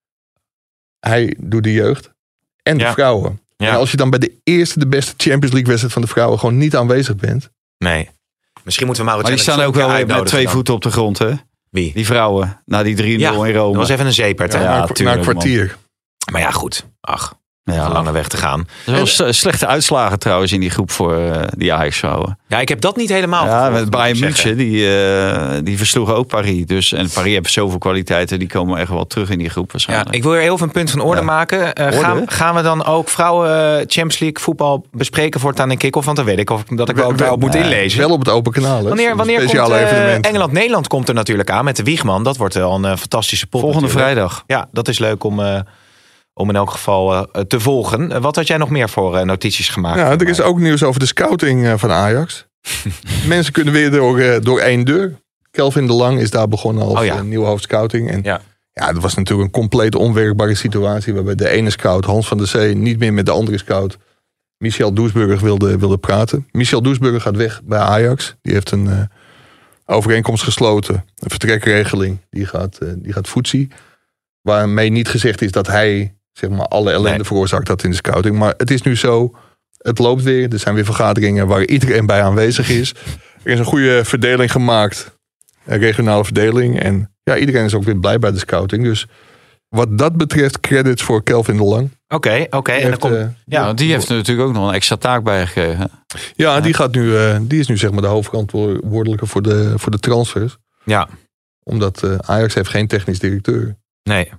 Hij doet de jeugd en de ja. vrouwen. Ja. En als je dan bij de eerste, de beste Champions League wedstrijd van de vrouwen gewoon niet aanwezig bent... Nee. Misschien moeten we Maurits Maar die staan ook wel met twee dan. voeten op de grond, hè? Wie? Die vrouwen. Na die drie nul ja, in Rome. Dat was even een zeepert, hè? Ja, ja, na een kwartier. Man. Maar ja, goed. Ach, ja. een lange weg te gaan. Er zijn slechte uitslagen trouwens in die groep voor uh, die Ajax-vrouwen. Ja, ik heb dat niet helemaal Ja, gevolgd, met Bayern München, die, uh, die versloegen ook Paris. Dus, en Paris heeft zoveel kwaliteiten, die komen echt wel terug in die groep waarschijnlijk. Ja, ik wil hier heel even een punt van orde ja. maken. Uh, orde? Gaan, gaan we dan ook vrouwen Champions League voetbal bespreken voortaan in kick-off? Want dan weet ik of dat ik wel ook daarop moet nee, inlezen. Wel op het open kanaal. Hè? Wanneer, wanneer komt uh, Engeland-Nederland komt er natuurlijk aan met de Wiegman. Dat wordt wel een uh, fantastische pot. Volgende natuurlijk. vrijdag. Ja, dat is leuk om... Uh, Om in elk geval uh, te volgen. Uh, wat had jij nog meer voor uh, notities gemaakt? Ja, er is ook nieuws over de scouting uh, van Ajax. Mensen kunnen weer door, uh, door één deur. Kelvin de Lang is daar begonnen als oh, ja. uh, nieuwe hoofdscouting. En ja. ja, dat was natuurlijk een compleet onwerkbare situatie. Waarbij de ene scout, Hans van der Zee, niet meer met de andere scout, Michel Doesburg, wilde, wilde praten. Michel Doesburg gaat weg bij Ajax. Die heeft een uh, overeenkomst gesloten. Een vertrekregeling. Die gaat, uh, die gaat voetzie. Waarmee niet gezegd is dat hij... zeg maar alle ellende nee. veroorzaakt dat in de scouting. Maar het is nu zo, het loopt weer. Er zijn weer vergaderingen waar iedereen bij aanwezig is. Er is een goede verdeling gemaakt. Een regionale verdeling. En ja, iedereen is ook weer blij bij de scouting. Dus wat dat betreft, credits voor Kelvin de Lang. Oké, okay, oké. Okay. En dan komt... Uh, ja, die heeft er natuurlijk ook nog een extra taak bij gekregen. Ja, ja. Die, gaat nu, uh, die is nu zeg maar de hoofdverantwoordelijke voor de, voor de transfers. Ja. Omdat uh, Ajax heeft geen technisch directeur. Nee.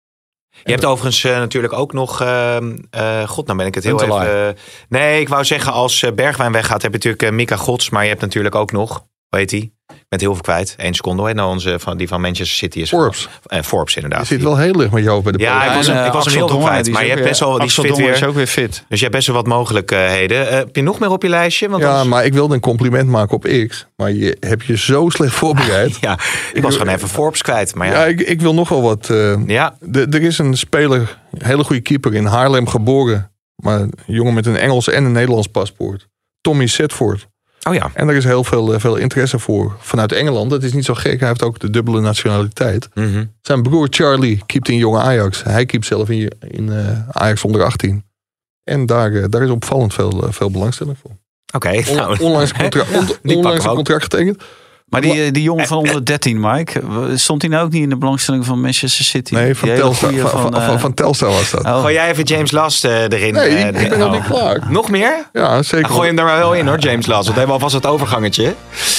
Je hebt overigens uh, natuurlijk ook nog... Uh, uh, God, nou ben ik het heel even... Uh, nee, ik wou zeggen, als uh, Bergwijn weggaat... heb je natuurlijk uh, Mika Gods. Maar je hebt natuurlijk ook nog... Hoe heet die? Ik ben heel veel kwijt. Eén seconde. Hoe heet nou onze, van, die van Manchester City is... Forbes. Uh, Forbes, inderdaad. Je zit wel heel licht met jou bij de Ja, ik was, en, ik was hem heel veel kwijt. Maar je hebt best wel... Die Axel fit weer, is ook weer fit. Dus je hebt best wel wat mogelijkheden. Uh, heb je nog meer op je lijstje? Want ja, anders... maar ik wilde een compliment maken op X. Maar je heb je zo slecht voorbereid. ja, ik was gewoon even Forbes kwijt. Maar ja, ja ik, ik wil nog wel wat... Uh, ja. de, er is een speler, een hele goede keeper in Haarlem geboren. Maar een jongen met een Engels en een Nederlands paspoort. Tommy Setford. Oh ja. En er is heel veel, veel interesse voor vanuit Engeland. Dat is niet zo gek. Hij heeft ook de dubbele nationaliteit. Mm-hmm. Zijn broer Charlie keept in jonge Ajax. Hij keept zelf in, in uh, Ajax onder achttien. En daar, uh, daar is opvallend veel, uh, veel belangstelling voor. Oké. Okay, On, nou, onlangs contra- on, onlangs een contract getekend. Maar die, die jongen van onder dertien, Mike, stond hij nou ook niet in de belangstelling van Manchester City? Nee, van Telstar, van, van, van, van, van Telstar was dat. Oh. Gooi jij even James Last uh, erin? Nee, uh, ik, ik ben nog niet klaar. Nog meer? Ja, zeker. Gooi hem er maar wel in hoor, James Last. Want we hebben alvast het overgangetje.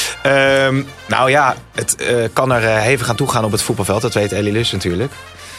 Um, nou ja, het uh, kan er uh, hevig aan toe gaan op het voetbalveld. Dat weet Elie Lus natuurlijk.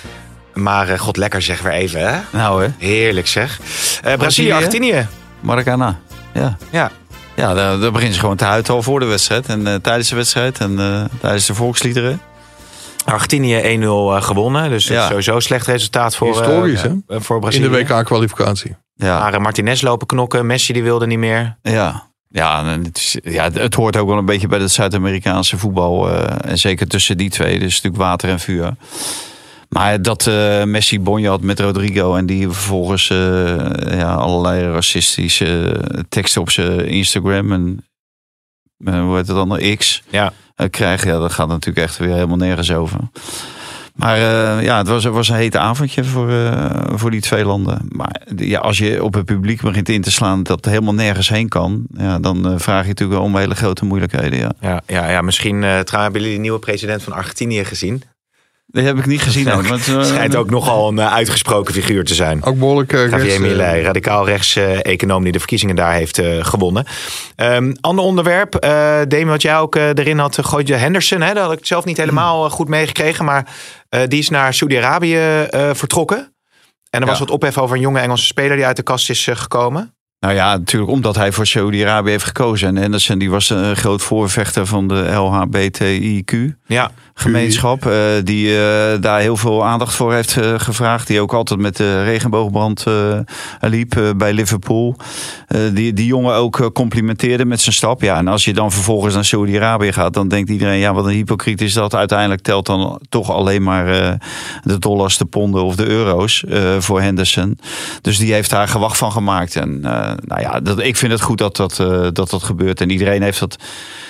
Maar uh, god, lekker zeg weer even, hè? Nou hè. Heerlijk zeg. Uh, Brazilië, Argentinië. Maracana, ja. Ja. Ja, daar, daar beginnen ze gewoon te huilen al voor de wedstrijd. En uh, tijdens de wedstrijd en uh, tijdens de volksliederen. Argentinië één nul uh, gewonnen. Dus ja. Sowieso een slecht resultaat voor, Historisch, uh, hè? voor Brazilië. In de W K-kwalificatie. Ja. Maar uh, Martinez lopen knokken. Messi die wilde niet meer. Ja. Ja, het, is, ja, het hoort ook wel een beetje bij het Zuid-Amerikaanse voetbal. Uh, en zeker tussen die twee. Dus natuurlijk water en vuur. Maar dat uh, Messi bonje had met Rodrigo en die vervolgens uh, ja, allerlei racistische teksten op zijn Instagram en uh, hoe heet het dan, X ja. uh, krijgen, ja, dat gaat natuurlijk echt weer helemaal nergens over. Maar uh, ja, het was, het was een hete avondje voor, uh, voor die twee landen. Maar ja, als je op het publiek begint in te slaan dat helemaal nergens heen kan, ja, dan uh, vraag je natuurlijk wel om hele grote moeilijkheden. Ja, ja, ja, ja misschien uh, trouwens hebben jullie de nieuwe president van Argentinië gezien? Dat heb ik niet gezien. Het nou, uh, schijnt ook nogal een uh, uitgesproken figuur te zijn. Ook behoorlijk uh, Javier Milei, radicaal rechts uh, econoom die de verkiezingen daar heeft uh, gewonnen. Um, ander onderwerp, uh, Demi, wat jij ook uh, erin had, gooide Henderson. Hè, dat had ik zelf niet helemaal uh, goed meegekregen. Maar uh, die is naar Saudi-Arabië uh, vertrokken. En er was ja. wat ophef over een jonge Engelse speler die uit de kast is uh, gekomen. Nou ja, natuurlijk omdat hij voor Saudi-Arabië heeft gekozen. En Henderson die was een groot voorvechter van de L H B T I Q ja. gemeenschap. Uh, die uh, daar heel veel aandacht voor heeft uh, gevraagd. Die ook altijd met de regenboogbrand uh, liep uh, bij Liverpool. Uh, die, die jongen ook uh, complimenteerde met zijn stap. Ja, en als je dan vervolgens naar Saudi-Arabië gaat, dan denkt iedereen, ja, wat een hypocriet is dat. Uiteindelijk telt dan toch alleen maar uh, de dollars, de ponden of de euro's uh, voor Henderson. Dus die heeft daar gewacht van gemaakt. En uh, nou ja, dat, ik vind het goed dat dat, uh, dat dat gebeurt. En iedereen heeft dat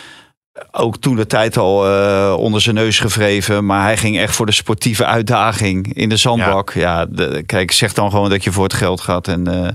ook toen de tijd al uh, onder zijn neus gevreven. Maar hij ging echt voor de sportieve uitdaging in de zandbak. Ja, ja de, kijk, zeg dan gewoon dat je voor het geld gaat. En uh,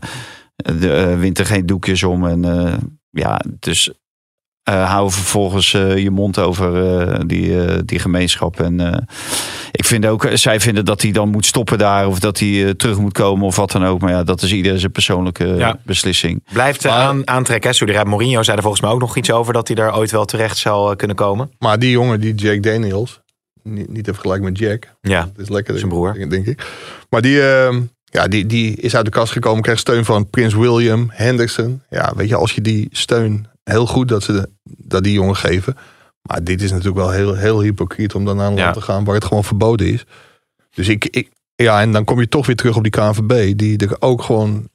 de, uh, wint er geen doekjes om. En uh, ja, dus uh, hou vervolgens uh, je mond over uh, die, uh, die gemeenschap. En uh, ik vind ook, zij vinden dat hij dan moet stoppen daar. Of dat hij uh, terug moet komen of wat dan ook. Maar ja, dat is ieder zijn persoonlijke ja. beslissing. Blijft uh, aan, aantrekken. Sorry, Mourinho zei er volgens mij ook nog iets over. Dat hij daar ooit wel terecht zou uh, kunnen komen. Maar die jongen, die Jack Daniels. Niet, niet te vergelijken met Jack. Ja, dat is lekker. Zijn broer. Denk, denk ik. Maar die, uh, ja, die, die is uit de kast gekomen. Krijgt steun van Prins William, Henderson. Ja, weet je, als je die steun heel goed dat ze de, dat die jongen geven. Maar dit is natuurlijk wel heel, heel hypocriet om dan naar een land ja. te gaan waar het gewoon verboden is. Dus ik, ik, ja, en dan kom je toch weer terug op die K N V B, die er ook gewoon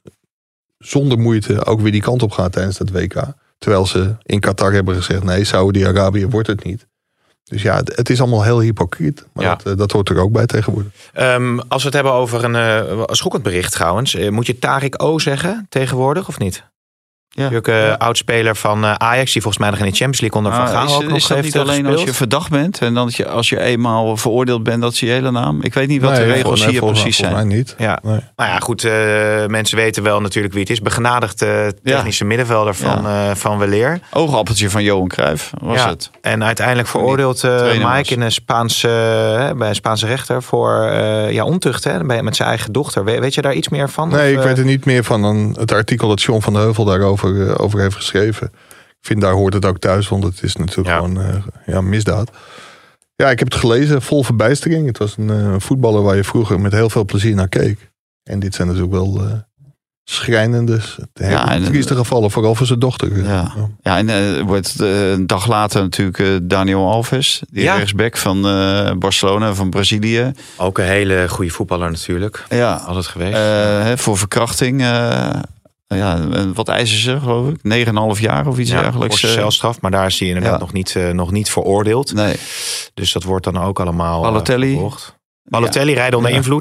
zonder moeite ook weer die kant op gaat tijdens dat W K. Terwijl ze in Qatar hebben gezegd, nee, Saudi-Arabië wordt het niet. Dus ja, het is allemaal heel hypocriet. Maar ja. dat, dat hoort er ook bij tegenwoordig. Um, als we het hebben over een uh, schokkend bericht trouwens. Uh, moet je Tariq O zeggen tegenwoordig of niet? Ja. Ook, uh, ja. Oudspeler van uh, Ajax, die volgens mij nog in de Champions League onder ah, Van Gaal is, ook nog is dat heeft niet alleen gespeeld? als je verdacht bent en dan dat je, als je eenmaal veroordeeld bent, dat is je hele naam? Ik weet niet wat nee, de regels nee, hier precies mij, zijn. Volgens mij niet. Ja. Nee. Nou ja, goed, uh, mensen weten wel natuurlijk wie het is. Begenadigde technische ja. middenvelder van, ja. uh, van weleer. Oogappeltje van Johan Cruijff was ja. het. En uiteindelijk veroordeeld uh, Mike in een Spaanse, uh, bij een Spaanse rechter voor uh, ja, ontucht hè, bij, met zijn eigen dochter. We, weet je daar iets meer van? Nee, of, ik weet er niet meer van dan het artikel dat John van de Heuvel daarover uh, over heeft geschreven. Ik vind daar hoort het ook thuis, want het is natuurlijk ja. gewoon uh, ja, misdaad. Ja, ik heb het gelezen, vol verbijstering. Het was een uh, voetballer waar je vroeger met heel veel plezier naar keek. En dit zijn natuurlijk wel uh, schrijnende, ja, trieste gevallen, vooral voor zijn dochter. Ja, ja. ja en uh, wordt uh, een dag later natuurlijk uh, Daniel Alves, die ja. rechtsback van uh, Barcelona, van Brazilië. Ook een hele goede voetballer natuurlijk. Ja, altijd geweest. Uh, hè, voor verkrachting. Uh, Ja, wat eisen ze, geloof ik? negen komma vijf jaar of iets ja, dergelijks. Voor celstraf, maar daar is hij inderdaad ja. nog, niet, uh, nog niet veroordeeld. Nee. Dus dat wordt dan ook allemaal Balotelli. Uh, Balotelli ja. rijden onder ja. invloed.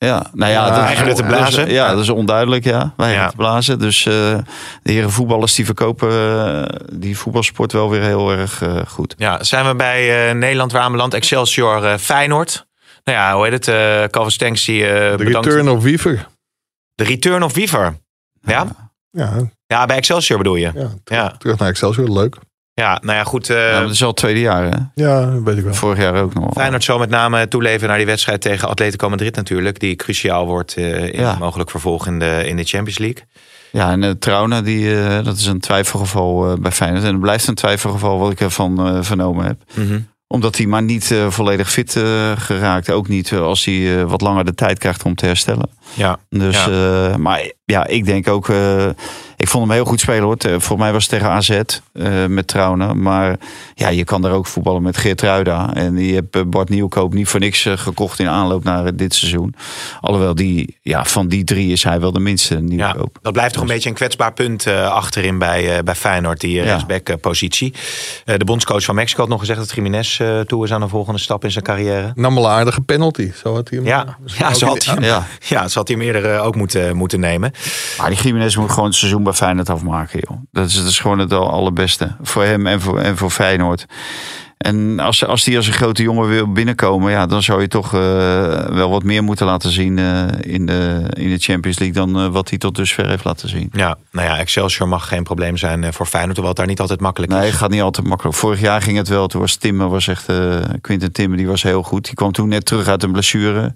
Ja, nou ja, Ja, dat, weigerde te blazen. Dat is, ja, dat is onduidelijk, ja. Weigerde Ja. te blazen. Dus uh, de heren voetballers die verkopen uh, die voetbalsport wel weer heel erg uh, goed. Ja, zijn we bij uh, Nederland weer aanbeland. Excelsior uh, Feyenoord. Nou ja, hoe heet het? Uh, Calvin Stenks die uh, De bedankt. return of Wiever. De return of Wiever. Ja? Ja, Ja, bij Excelsior bedoel je? ja, Ja, terug naar Excelsior, leuk. ja nou ja, goed. Uh, Ja, maar dat is al het tweede jaar, hè? Ja, dat weet ik wel. Vorig jaar ook nog. Feyenoord zal met name toeleven naar die wedstrijd tegen Atletico Madrid natuurlijk. Die cruciaal wordt uh, in Ja. mogelijk vervolg in de, in de Champions League. Ja, en uh, Trauna, die, uh, dat is een twijfelgeval uh, bij Feyenoord. En het blijft een twijfelgeval wat ik ervan uh, vernomen heb. Mm-hmm. Omdat hij maar niet uh, volledig fit uh, geraakt. Ook niet uh, als hij uh, wat langer de tijd krijgt om te herstellen. Ja. Dus, Ja. uh, maar ja, ik denk ook... Uh, ik vond hem heel goed spelen, hoor. Voor mij was het tegen A Z uh, met Trauna. Maar ja, je kan daar ook voetballen met Geertruida. En die heb Bart Nieuwkoop niet voor niks uh, gekocht in aanloop naar uh, dit seizoen. Alhoewel, die, ja, van die drie is hij wel de minste, Nieuwkoop. Ja, dat blijft toch een beetje een kwetsbaar punt uh, achterin bij, uh, bij Feyenoord, die uh, Ja. rechtsback-positie. Uh, de bondscoach van Mexico had nog gezegd dat Jiménez uh, toe is aan een volgende stap in zijn carrière. Nam wel een aardige penalty. Zo had hij hem. Ja, misschien ja, ook zo in had die- hij hem, Ja. ja, zo had hij hem eerder uh, ook moeten, moeten nemen. Maar die Gimenez moet gewoon het seizoen bij Feyenoord afmaken, joh. Dat is, dat is gewoon het allerbeste. Voor hem en voor, en voor Feyenoord. En als, als die als een grote jongen wil binnenkomen, ja, dan zou je toch uh, wel wat meer moeten laten zien uh, in, de, in de Champions League dan uh, wat hij tot dusver heeft laten zien. Ja, nou ja, Excelsior mag geen probleem zijn uh, voor Feyenoord, terwijl het daar niet altijd makkelijk Nee, is. het gaat niet altijd makkelijk. Vorig jaar ging het wel. Toen was Timmer, was echt, uh, Quinten Timmer, die was heel goed. Die kwam toen net terug uit een blessure.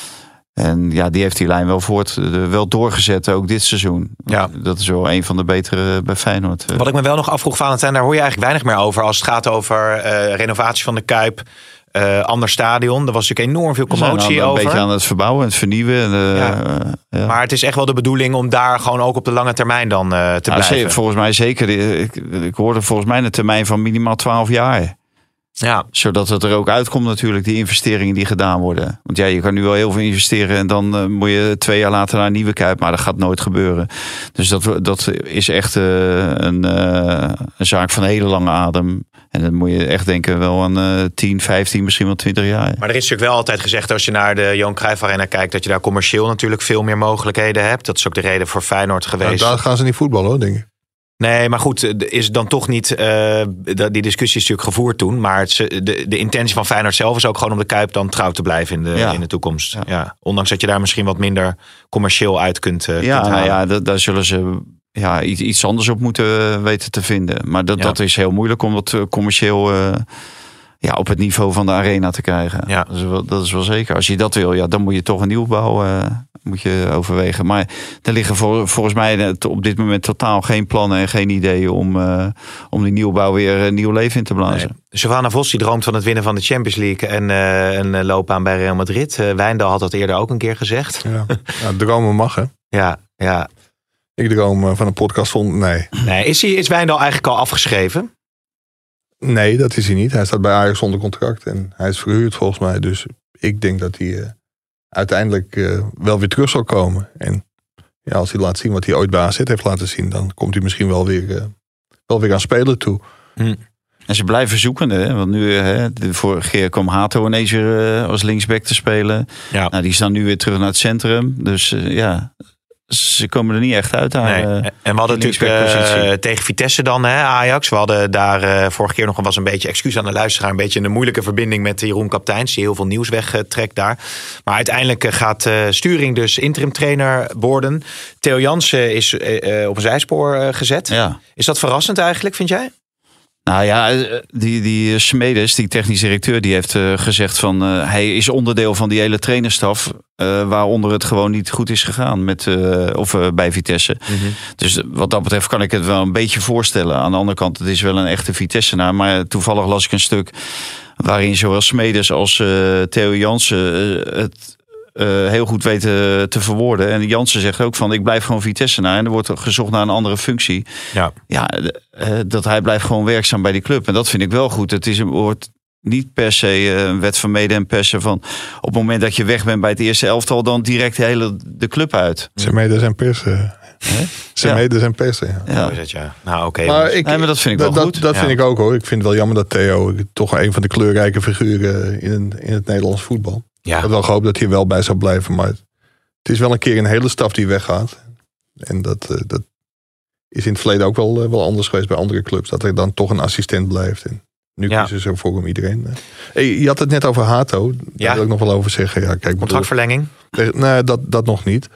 En ja, die heeft die lijn wel voort, uh, wel doorgezet, ook dit seizoen. Ja. Dat is wel een van de betere bij Feyenoord. Wat ik me wel nog afvroeg, Valentijn, daar hoor je eigenlijk weinig meer over als het gaat over uh, renovatie van de Kuip, uh, ander stadion. Er was natuurlijk enorm veel We zijn commotie al een over. beetje aan het verbouwen, het vernieuwen. En, uh, Ja. uh, ja. Maar het is echt wel de bedoeling om daar gewoon ook op de lange termijn dan uh, te Ja, blijven. ze- volgens mij zeker. Ik, ik hoorde volgens mij een termijn van minimaal twaalf jaar. Ja, Zodat het er ook uitkomt natuurlijk, die investeringen die gedaan worden. Want ja, je kan nu wel heel veel investeren en dan uh, moet je twee jaar later naar een nieuwe Kuip. Maar dat gaat nooit gebeuren. Dus dat, dat is echt uh, een, uh, een zaak van een hele lange adem. En dan moet je echt denken wel aan uh, tien, vijftien, misschien wel twintig jaar. maar er is natuurlijk wel altijd gezegd, als je naar de Johan Cruijff Arena kijkt, dat je daar commercieel natuurlijk veel meer mogelijkheden hebt. Dat is ook de reden voor Feyenoord Nou, geweest. daar gaan ze niet voetballen hoor, denk ik. Nee, maar goed, is dan toch niet. Uh, die discussie is natuurlijk gevoerd toen. Maar het, de, de intentie van Feyenoord zelf is ook gewoon om de Kuip dan trouw te blijven in de, Ja. in de toekomst. Ja. Ja. Ondanks dat je daar misschien wat minder commercieel uit kunt, uh, Ja, kunt nou halen. ja, da- daar zullen ze ja, iets, iets anders op moeten weten te vinden. Maar dat, Ja. dat is heel moeilijk om dat uh, commercieel uh, ja, op het niveau van de arena te krijgen. Ja. Dat, is wel, dat is wel zeker. Als je dat wil, ja, dan moet je toch een nieuwbouw uh, moet je overwegen. Maar er liggen voor, volgens mij op dit moment totaal geen plannen en geen ideeën om, uh, om die nieuwbouw weer een nieuw leven in te blazen. Nee. Giovanna Vos die droomt van het winnen van de Champions League en uh, een loopbaan bij Real Madrid. Uh, Wijndal had dat eerder ook een keer gezegd. Ja. Ja, dromen mag, hè. Ja, ja. Ik droom uh, van een podcast zonder... Nee. Nee, is, hij, is Wijndal eigenlijk al afgeschreven? Nee, dat is hij niet. Hij staat bij Ajax onder contract en hij is verhuurd volgens mij. Dus ik denk dat hij uh, uiteindelijk uh, wel weer terug zal komen. En ja, als hij laat zien wat hij ooit bij A Z heeft laten zien, dan komt hij misschien wel weer, uh, wel weer aan spelen toe. Hm. En ze blijven zoeken, hè? Want nu, hè, de vorige keer kwam Hato ineens weer uh, als linksback te spelen. Ja. Nou, die staan nu weer terug naar het centrum. Dus uh, ja, ze komen er niet echt uit daar. Nee. Uh, En we hadden natuurlijk uh, tegen Vitesse dan, hè, Ajax. We hadden daar uh, vorige keer nog was een beetje excuus aan de luisteraar. Een beetje een moeilijke verbinding met Jeroen Kapteins. Die heel veel nieuws wegtrekt daar. Maar uiteindelijk gaat uh, Sturing dus interim trainer worden. Theo Jansen is uh, op een zijspoor uh, gezet. ja. Is dat verrassend eigenlijk, vind jij? Nou ja, die, die Smedes, die technisch directeur, die heeft uh, gezegd van uh, hij is onderdeel van die hele trainerstaf, uh, waaronder het gewoon niet goed is gegaan met, uh, of uh, bij Vitesse. Mm-hmm. Dus wat dat betreft kan ik het wel een beetje voorstellen. Aan de andere kant, het is wel een echte Vitessenaar, maar toevallig las ik een stuk waarin zowel Smedes als uh, Theo Jansen uh, het Uh, heel goed weten te verwoorden. En Jansen zegt ook van ik blijf gewoon Vitessenaar. En er wordt gezocht naar een andere functie. Ja. Ja, uh, dat hij blijft gewoon werkzaam bij die club. En dat vind ik wel goed. Het is een wordt niet per se een wet van mede en persen van op het moment dat je weg bent bij het eerste elftal, dan direct de hele de club uit. Zijn medes en persen. Zijn Ja. medes en persen, ja. Ja. Zo is het, ja. Nou, oké. Maar, jongens. ik, Nee, maar dat vind ik dat, wel dat, goed. Dat Ja. vind ik ook hoor. Ik vind het wel jammer dat Theo toch een van de kleurrijke figuren in, in het Nederlands voetbal. ja. Ik had wel gehoopt dat hij er wel bij zou blijven, maar het is wel een keer een hele staf die weggaat. En dat, uh, dat is in het verleden ook wel, uh, wel anders geweest bij andere clubs. Dat er dan toch een assistent blijft. En nu ja. kiezen ze ervoor om iedereen. Uh. Hey, je had het net over Hato. Daar ja. wil ik nog wel over zeggen. Ja, kijk, contractverlenging? Bedoel, nee, dat, dat nog niet.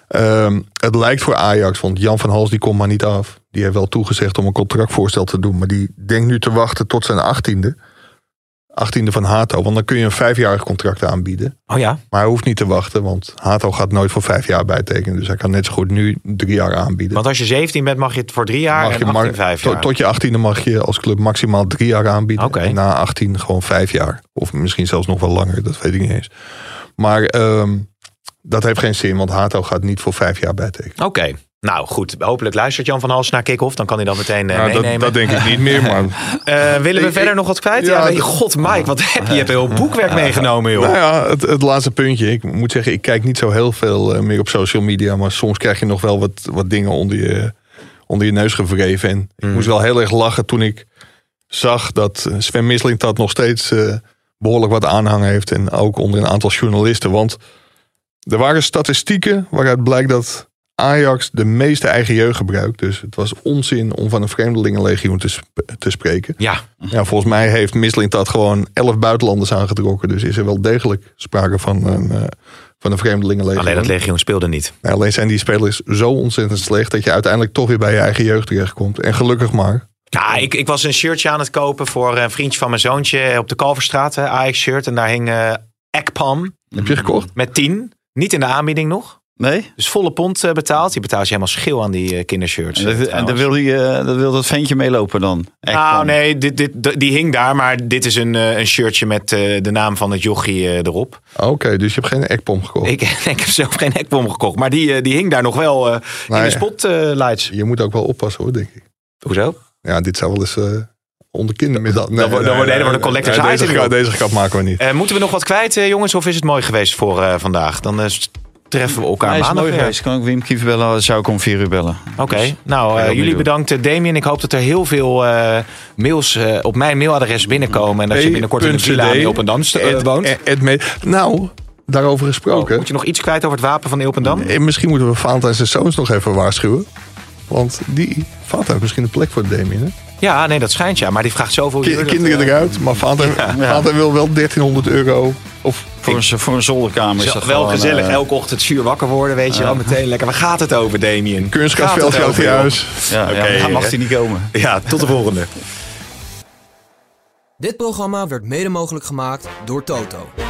Um, het lijkt voor Ajax, want Jan van Hals die komt maar niet af. Die heeft wel toegezegd om een contractvoorstel te doen. Maar die denkt nu te wachten tot zijn achttiende. achttiende van Hato. Want dan kun je een vijfjarig contract aanbieden. Oh ja? Maar hij hoeft niet te wachten. Want Hato gaat nooit voor vijf jaar bijtekenen. Dus hij kan net zo goed nu drie jaar aanbieden. Want als je zeventien bent mag je het voor drie jaar mag en achttien vijf jaar. Tot, tot je achttiende mag je als club maximaal drie jaar aanbieden. Okay. En na achttien gewoon vijf jaar. Of misschien zelfs nog wel langer. Dat weet ik niet eens. Maar um, dat heeft geen zin. Want Hato gaat niet voor vijf jaar bijtekenen. Oké. Okay. Nou goed, hopelijk luistert Jan van Hals naar kick-off. Dan kan hij dan meteen uh, nou, meenemen. Dat, dat denk ik niet meer. Maar... uh, willen we ik, verder ik, nog wat kwijt? Ja, ja, God Mike, wat heb je? Je hebt heel boekwerk meegenomen, joh. Nou ja, het, het laatste puntje. Ik moet zeggen, ik kijk niet zo heel veel uh, meer op social media. Maar soms krijg je nog wel wat, wat dingen onder je, onder je neus gewreven. En ik mm. moest wel heel erg lachen toen ik zag dat Sven Mislintat nog steeds uh, behoorlijk wat aanhang heeft. En ook onder een aantal journalisten. Want er waren statistieken waaruit blijkt dat Ajax de meeste eigen jeugd gebruikt. Dus het was onzin om van een vreemdelingenlegioen te, sp- te spreken. Ja. ja. Volgens mij heeft Mislintat gewoon elf buitenlanders aangetrokken. Dus is er wel degelijk sprake van een, uh, van een vreemdelingenlegioen. Alleen dat legioen speelde niet. Ja, alleen zijn die spelers zo ontzettend slecht dat je uiteindelijk toch weer bij je eigen jeugd terechtkomt. En gelukkig maar. Ja, ik, ik was een shirtje aan het kopen voor een vriendje van mijn zoontje op de Kalverstraat. Ajax shirt. En daar hing uh, Ekpam. Heb je gekocht? Met tien. Niet in de aanbieding nog. Nee? Dus volle pond uh, betaald. Die betaalt je helemaal schil aan die uh, kindershirts. En, dat, en dan wil, die, uh, dan wil dat ventje meelopen dan? Echt nou dan. nee, dit, dit, die hing daar. Maar dit is een, uh, een shirtje met uh, de naam van het jochie uh, erop. Oké, okay, dus je hebt geen Ekpom gekocht? Ik, ik heb zelf geen Ekpom gekocht. Maar die, uh, die hing daar nog wel uh, nou, in de spotlights. Uh, je moet ook wel oppassen hoor, denk ik. Hoezo? Ja, dit zou wel eens... Uh... onder kindermiddag. Nee, dan wordt nee, nee, nee, een collectors nee, item. Deze, deze grap maken we niet. Uh, moeten we nog wat kwijt, uh, jongens? Of is het mooi geweest voor uh, vandaag? Dan uh, treffen we elkaar nee, maandag. Is mooi geweest. Kan ik Wim Kief bellen? Zou ik om vier uur bellen. Oké. Okay. Dus, nou, uh, jullie bedankt, uh, Damien. Ik hoop dat er heel veel uh, mails uh, op mijn mailadres binnenkomen. En dat je binnenkort in de villa in Ilpendam uh, woont. Ed, Ed, Ed, nou, daarover gesproken. Oh, moet je nog iets kwijt over het wapen van Ilpendam? En misschien moeten we Valentijn zijn zoons nog even waarschuwen. Want die Valentijn heeft misschien een plek voor Damien, hè? Ja, nee, dat schijnt ja. Maar die vraagt zoveel Ki- Kinderen dat, uh, eruit. Maar Valentijn ja, ja. wil wel dertienhonderd euro. Of voor, een, voor een zolderkamer is dat wel gewoon, gezellig. Uh, Elke ochtend zuur wakker worden, weet je wel. Uh, meteen lekker. Waar gaat het over, Damien? Kunstgrasveld gaat hij huis. Ja, okay, ja, mag hij niet komen. Ja, tot de volgende. Dit programma werd mede mogelijk gemaakt door Toto.